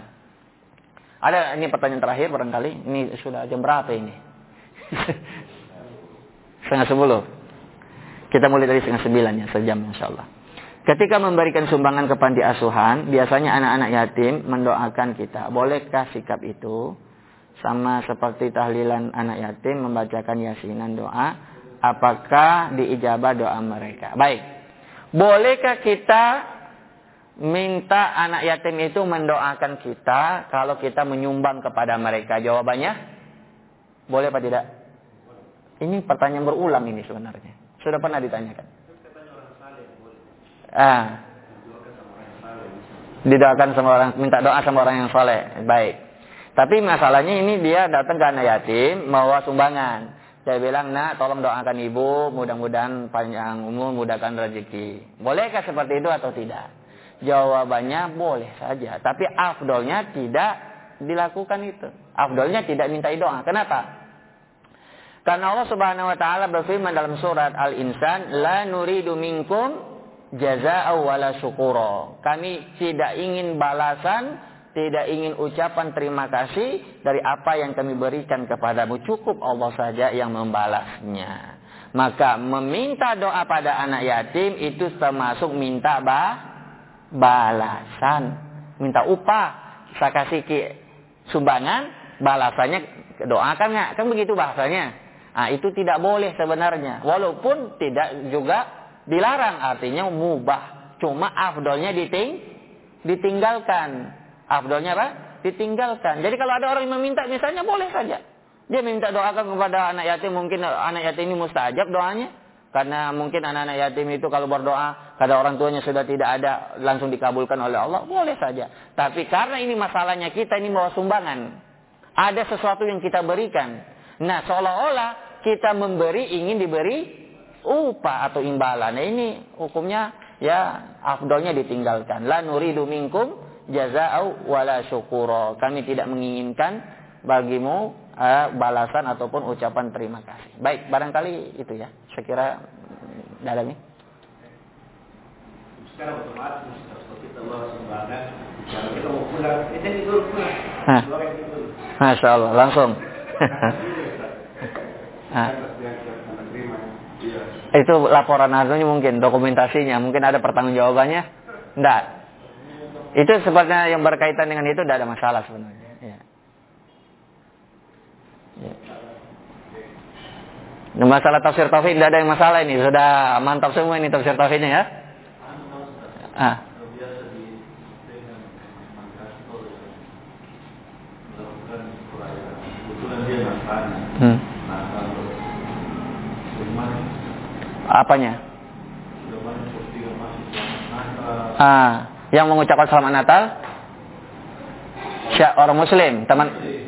ada ini pertanyaan terakhir barangkali. Ini sudah jam berapa ini? 9:30. Kita mulai dari 8:30 ya, sejam insyaallah. Ketika memberikan sumbangan ke panti asuhan, biasanya anak-anak yatim mendoakan kita. Bolehkah sikap itu? Sama seperti tahlilan anak yatim membacakan yasinan doa, apakah diijabah doa mereka? Baik. Bolehkah kita minta anak yatim itu mendoakan kita kalau kita menyumbang kepada mereka? Jawabannya boleh apa tidak? Ini pertanyaan berulang ini sebenarnya. Sudah pernah ditanyakan. Didoakan sama orang, minta doa sama orang yang soleh. Baik. Tapi masalahnya ini dia datang ke anak yatim membawa sumbangan. Saya bilang, nak tolong doakan ibu, mudah-mudahan panjang umur, mudahkan rezeki. Bolehkah seperti itu atau tidak? Jawabannya boleh saja. Tapi afdolnya tidak dilakukan itu. Afdolnya tidak minta doa. Kenapa? Karena Allah Subhanahu Wa Taala berfirman dalam surat Al-Insan, la nuridu minkum jazaa'u wala syukura. Kami tidak ingin balasan, tidak ingin ucapan terima kasih dari apa yang kami berikan kepadamu. Cukup Allah saja yang membalasnya. Maka meminta doa pada anak yatim itu termasuk minta balasan. Minta upah. Saya kasih sumbangan, balasannya doakan nggak? Kan begitu bahasanya. Nah, itu tidak boleh sebenarnya. Walaupun tidak juga dilarang, artinya mubah. Cuma afdolnya ditinggalkan. Afdolnya apa? Ditinggalkan. Jadi kalau ada orang yang meminta misalnya, boleh saja. Dia minta doakan kepada anak yatim, mungkin anak yatim ini mustajab doanya. Karena mungkin anak-anak yatim itu kalau berdoa, kada orang tuanya sudah tidak ada, langsung dikabulkan oleh Allah, boleh saja. Tapi karena ini masalahnya kita ini bawa sumbangan. Ada sesuatu yang kita berikan. Nah, seolah-olah kita memberi, ingin diberi upah atau imbalan. Nah, ini hukumnya ya afdolnya ditinggalkan. La nuridu minkum jazaa'u wala syukura. Kami tidak menginginkan bagimu balasan ataupun ucapan terima kasih. Baik, barangkali itu ya. Saya kira dalam ini. Sekarang otomatis kalau kita bawa sumbangan, kalau kita mau pulang, itu pulang. Masya Allah, langsung. Itu laporan harusnya mungkin, dokumentasinya, mungkin ada pertanggungjawabannya. Enggak. Itu sebenarnya yang berkaitan dengan itu tidak ada masalah sebenarnya. Ya. Ya. Nah, masalah tafsir tauhid tidak ada yang masalah ini, sudah mantap semua ini tafsir tauhidnya ya. Apanya? Yang mengucapkan selamat Natal orang Muslim, teman.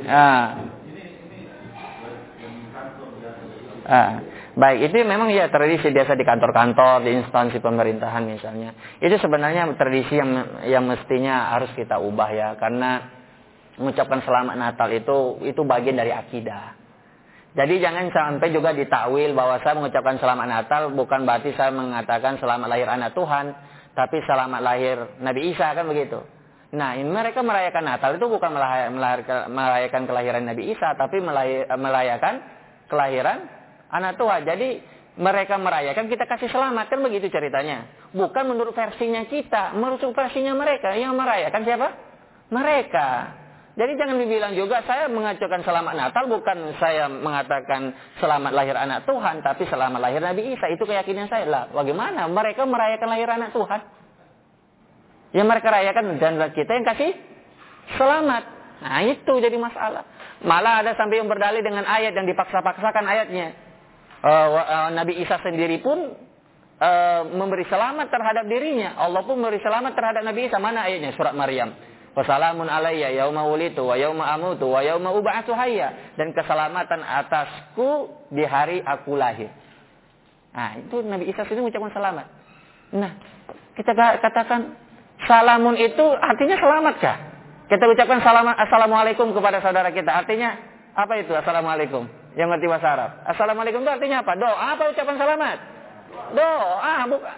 Baik, itu memang ya tradisi biasa di kantor-kantor, di instansi pemerintahan misalnya. Itu sebenarnya tradisi yang mestinya harus kita ubah ya, karena mengucapkan selamat Natal itu bagian dari akidah. Jadi jangan sampai juga ditakwil bahwa saya mengucapkan selamat Natal bukan berarti saya mengatakan selamat lahir anak Tuhan, tapi selamat lahir Nabi Isa, kan begitu. Nah, ini mereka merayakan Natal itu bukan merayakan kelahiran Nabi Isa, tapi merayakan kelahiran anak Tuhan. Jadi mereka merayakan, kita kasih selamat, kan begitu ceritanya. Bukan menurut versinya kita, menurut versinya mereka. Yang merayakan siapa? Mereka. Jadi jangan dibilang juga saya mengacukan selamat Natal, bukan saya mengatakan selamat lahir anak Tuhan, tapi selamat lahir Nabi Isa. Itu keyakinan saya. Lah, bagaimana? Mereka merayakan lahir anak Tuhan. Yang mereka rayakan dan kita yang kasih selamat. Nah, itu jadi masalah. Malah ada sampai yang berdalil dengan ayat yang dipaksa-paksakan ayatnya. Nabi Isa sendiri pun memberi selamat terhadap dirinya. Allah pun memberi selamat terhadap Nabi Isa. Mana ayatnya? Surat Maryam. Wassalamun alayya yauma wulitu wa yauma amutu wa yauma ub'atsu hayya. Dan keselamatan atasku di hari aku lahir. Nah, itu Nabi Isa sendiri mengucapkan selamat. Nah, kita katakan salamun itu artinya selamatkah? Kita ucapkan assalamualaikum kepada saudara kita. Artinya apa itu assalamualaikum? Yang ngerti bahasa Arab. Assalamualaikum itu artinya apa? Doa apa ucapan selamat? Doa, bukan.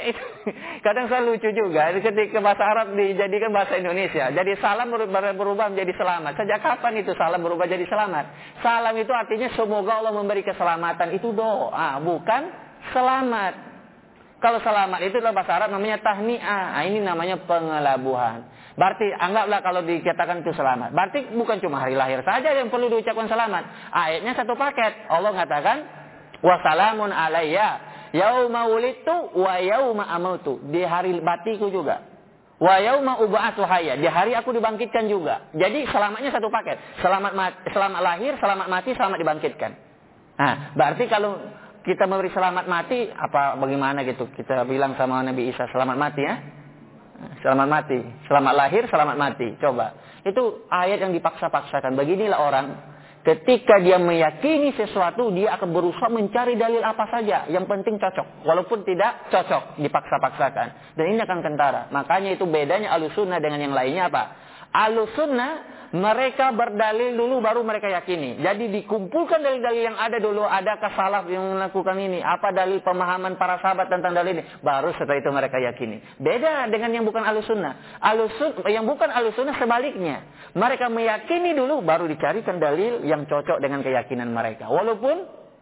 Kadang saya lucu juga ketika bahasa Arab dijadikan bahasa Indonesia. Jadi salam berubah menjadi selamat. Sejak kapan itu salam berubah jadi selamat? Salam itu artinya semoga Allah memberi keselamatan. Itu doa, bukan selamat. Kalau selamat itu adalah bahasa Arab namanya tahni'ah. Ini namanya pengelabuhan. Berarti anggaplah kalau dikatakan itu selamat. Berarti bukan cuma hari lahir saja yang perlu diucapkan selamat. Ayatnya satu paket. Allah mengatakan wassalamun alayya yauma wulidtu wa yauma amutu. Di hari batiku juga. Wa yauma ub'atsu hayya. Di hari aku dibangkitkan juga. Jadi selamatnya satu paket. Selamat lahir, selamat mati, selamat dibangkitkan. Nah, berarti kalau kita memberi selamat mati, bagaimana gitu? Kita bilang sama Nabi Isa selamat mati ya. Selamat mati. Selamat lahir, selamat mati. Coba. Itu ayat yang dipaksa-paksakan. Beginilah orang. Ketika dia meyakini sesuatu, dia akan berusaha mencari dalil apa saja. Yang penting cocok. Walaupun tidak cocok, dipaksa-paksakan. Dan ini akan kentara. Makanya itu bedanya Ahlussunnah dengan yang lainnya apa? Ahlussunnah, mereka berdalil dulu baru mereka yakini. Jadi dikumpulkan dalil-dalil yang ada dulu. Adakah salaf yang melakukan ini? Apa dalil pemahaman para sahabat tentang dalil ini? Baru setelah itu mereka yakini. Beda dengan yang bukan Ahlussunnah. Yang bukan Ahlussunnah sebaliknya. Mereka meyakini dulu baru dicarikan dalil yang cocok dengan keyakinan mereka. Walaupun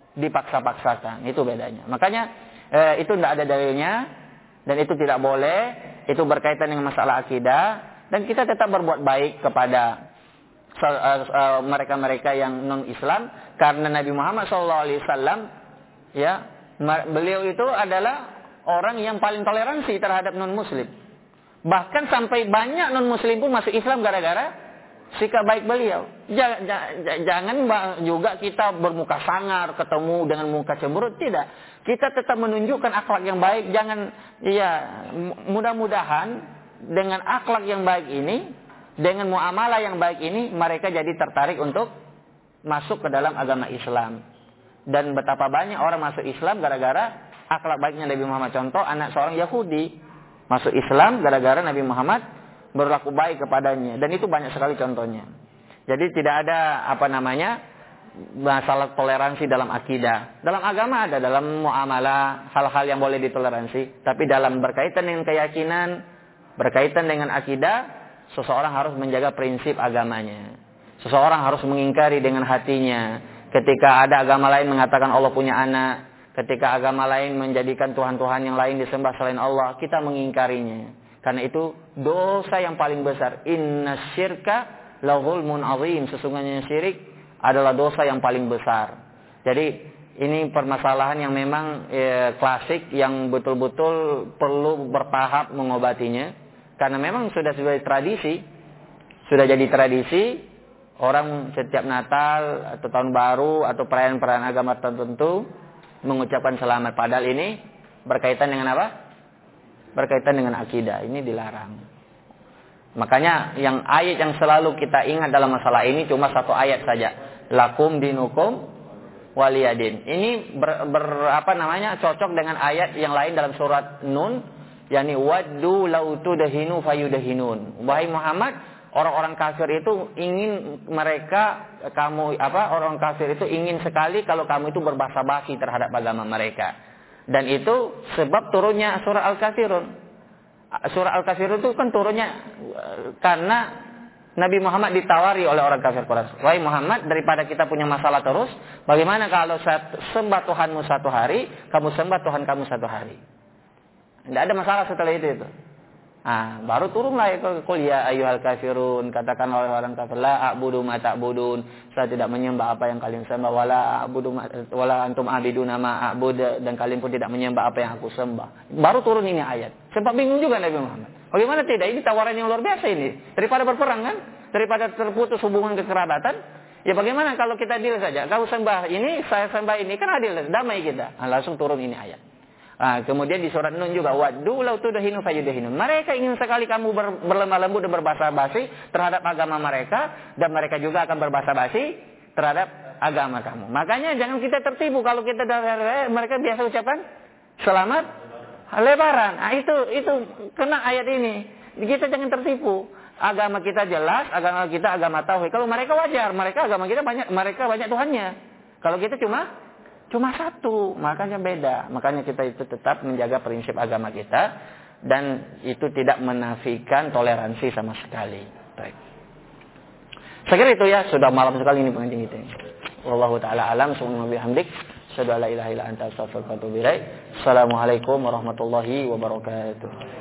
dipaksa-paksakan. Itu bedanya. Makanya itu tidak ada dalilnya dan itu tidak boleh. Itu berkaitan dengan masalah akidah dan kita tetap berbuat baik kepada mereka-mereka yang non-Islam karena Nabi Muhammad SAW ya, beliau itu adalah orang yang paling toleransi terhadap non-Muslim. Bahkan sampai banyak non-Muslim pun masuk Islam gara-gara sikap baik beliau. Jangan juga kita bermuka sangar, ketemu dengan muka cemberut. Tidak. Kita tetap menunjukkan akhlak yang baik. Jangan, ya, mudah-mudahan dengan akhlak yang baik ini, dengan muamalah yang baik ini, mereka jadi tertarik untuk masuk ke dalam agama Islam. Dan betapa banyak orang masuk Islam gara-gara akhlak baiknya Nabi Muhammad. Contoh, anak seorang Yahudi masuk Islam gara-gara Nabi Muhammad berlaku baik kepadanya. Dan itu banyak sekali contohnya. Jadi tidak ada masalah toleransi dalam akidah. Dalam agama ada, dalam muamalah hal-hal yang boleh ditoleransi. Tapi dalam berkaitan dengan keyakinan, berkaitan dengan akidah, seseorang harus menjaga prinsip agamanya. Seseorang harus mengingkari dengan hatinya. Ketika ada agama lain mengatakan Allah punya anak, ketika agama lain menjadikan Tuhan-Tuhan yang lain disembah selain Allah, kita mengingkarinya. Karena itu dosa yang paling besar. Inna syirka la zulmun azim. Sesungguhnya syirik adalah dosa yang paling besar. Jadi ini permasalahan yang memang klasik, yang betul-betul perlu bertahap mengobatinya. Karena memang sudah tradisi. Sudah jadi tradisi. Orang setiap Natal atau Tahun Baru atau perayaan-perayaan agama tertentu mengucapkan selamat. Padahal ini berkaitan dengan apa? Berkaitan dengan akidah. Ini dilarang. Makanya yang ayat yang selalu kita ingat dalam masalah ini cuma satu ayat saja. Lakum dinukum waliyadin. Ini cocok dengan ayat yang lain dalam surat Nun. Yani waddu lau tudahinu fayudahinun. Wahai Muhammad, orang-orang kafir itu ingin orang kafir itu ingin sekali kalau kamu itu berbasa-basi terhadap agama mereka. Dan itu sebab turunnya surah Al-Kafirun. Surah Al-Kafirun itu kan turunnya karena Nabi Muhammad ditawari oleh orang kafir Quraisy. Wahai Muhammad, daripada kita punya masalah terus, bagaimana kalau sembah Tuhanmu satu hari, kamu sembah Tuhan kamu satu hari. Tidak ada masalah setelah itu. Baru turunlah qul ya ayyuhal kafirun, katakan oleh orang kafir, la a'budu ma ta'budun, saya tidak menyembah apa yang kalian sembah, wala antum a'biduna ma a'bud, dan kalian pun tidak menyembah apa yang aku sembah. Baru turun ini ayat. Sebab bingung juga Nabi Muhammad. Bagaimana tidak? Ini tawaran yang luar biasa ini. Daripada berperang kan? Daripada terputus hubungan kekerabatan, ya bagaimana kalau kita deal saja? Kau sembah ini, saya sembah ini, kan adil, damai kita. Langsung turun ini ayat. Kemudian di surat Nun juga waddu lau tudahinu fayudahinun. Mereka ingin sekali kamu berlemah lembut dan berbahasa basi terhadap agama mereka, dan mereka juga akan berbahasa basi terhadap agama kamu. Makanya jangan kita tertipu kalau kita mereka biasa ucapan selamat lebaran. Itu kena ayat ini. Kita jangan tertipu. Agama kita jelas, agama kita agama tauhid. Kalau mereka wajar, agama kita banyak Tuhannya. Kalau kita cuma satu, makanya beda. Makanya kita itu tetap menjaga prinsip agama kita, dan itu tidak menafikan toleransi sama sekali. Baik. Saya kira itu ya, sudah malam sekali ini pengajian kita. Wallahu taala alam, subhanahu wa bihamdik, asyhadu an la ilaha illa anta, astaghfiruka wa atubu ilaik. Assalamualaikum warahmatullahi wabarakatuh.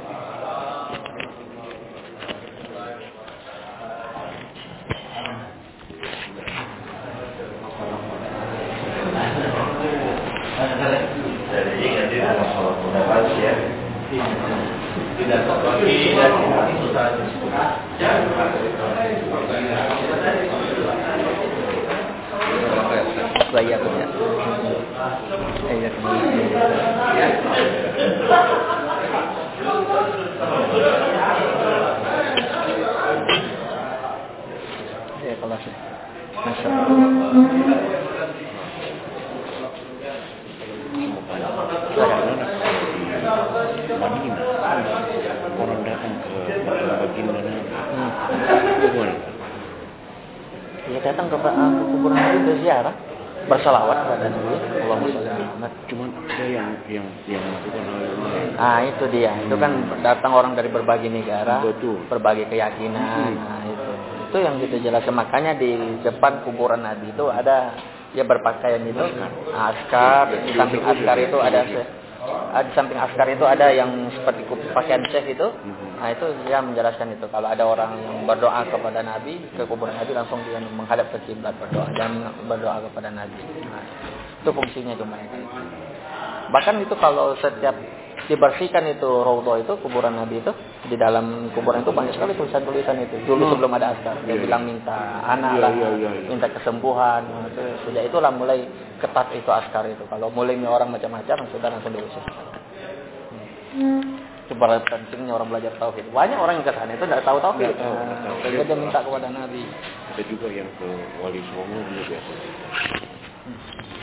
Baik aku ya. Kalau Masya orang datang ke baginda ya, datang ke kuburan Nabi berziarah, bersalawat kepada Nabi. Allahumma shalli ala Muhammad. Cuman ada yang melakukan hal yang itu dia. Itu kan datang orang dari berbagai negara, berbagai keyakinan. Itu yang kita jelaskan. Makanya di depan kuburan Nabi itu ada Ya berpakaian itu askar, di samping askar itu ada di samping askar itu ada yang seperti pakaian syekh itu. Nah itu dia menjelaskan itu kalau ada orang yang berdoa kepada Nabi ke kuburan Nabi langsung dia menghadap ke kiblat berdoa dan berdoa kepada Nabi. Nah, itu fungsinya cuma itu. Bahkan itu kalau setiap dibersihkan itu raudhah itu kuburan Nabi itu di dalam kuburan itu banyak sekali tulisan-tulisan itu dulu sebelum ada askar dia bilang minta anak lah minta kesembuhan itu sudah itulah mulai ketat itu askar itu kalau mulai orang macam-macam sudah langsung diusir. Itu pentingnya orang belajar tauhid. Banyak orang yang ke sana itu tidak tahu tauhid. Dia minta kepada Nabi. Ada juga yang ke Wali Songo juga biasa.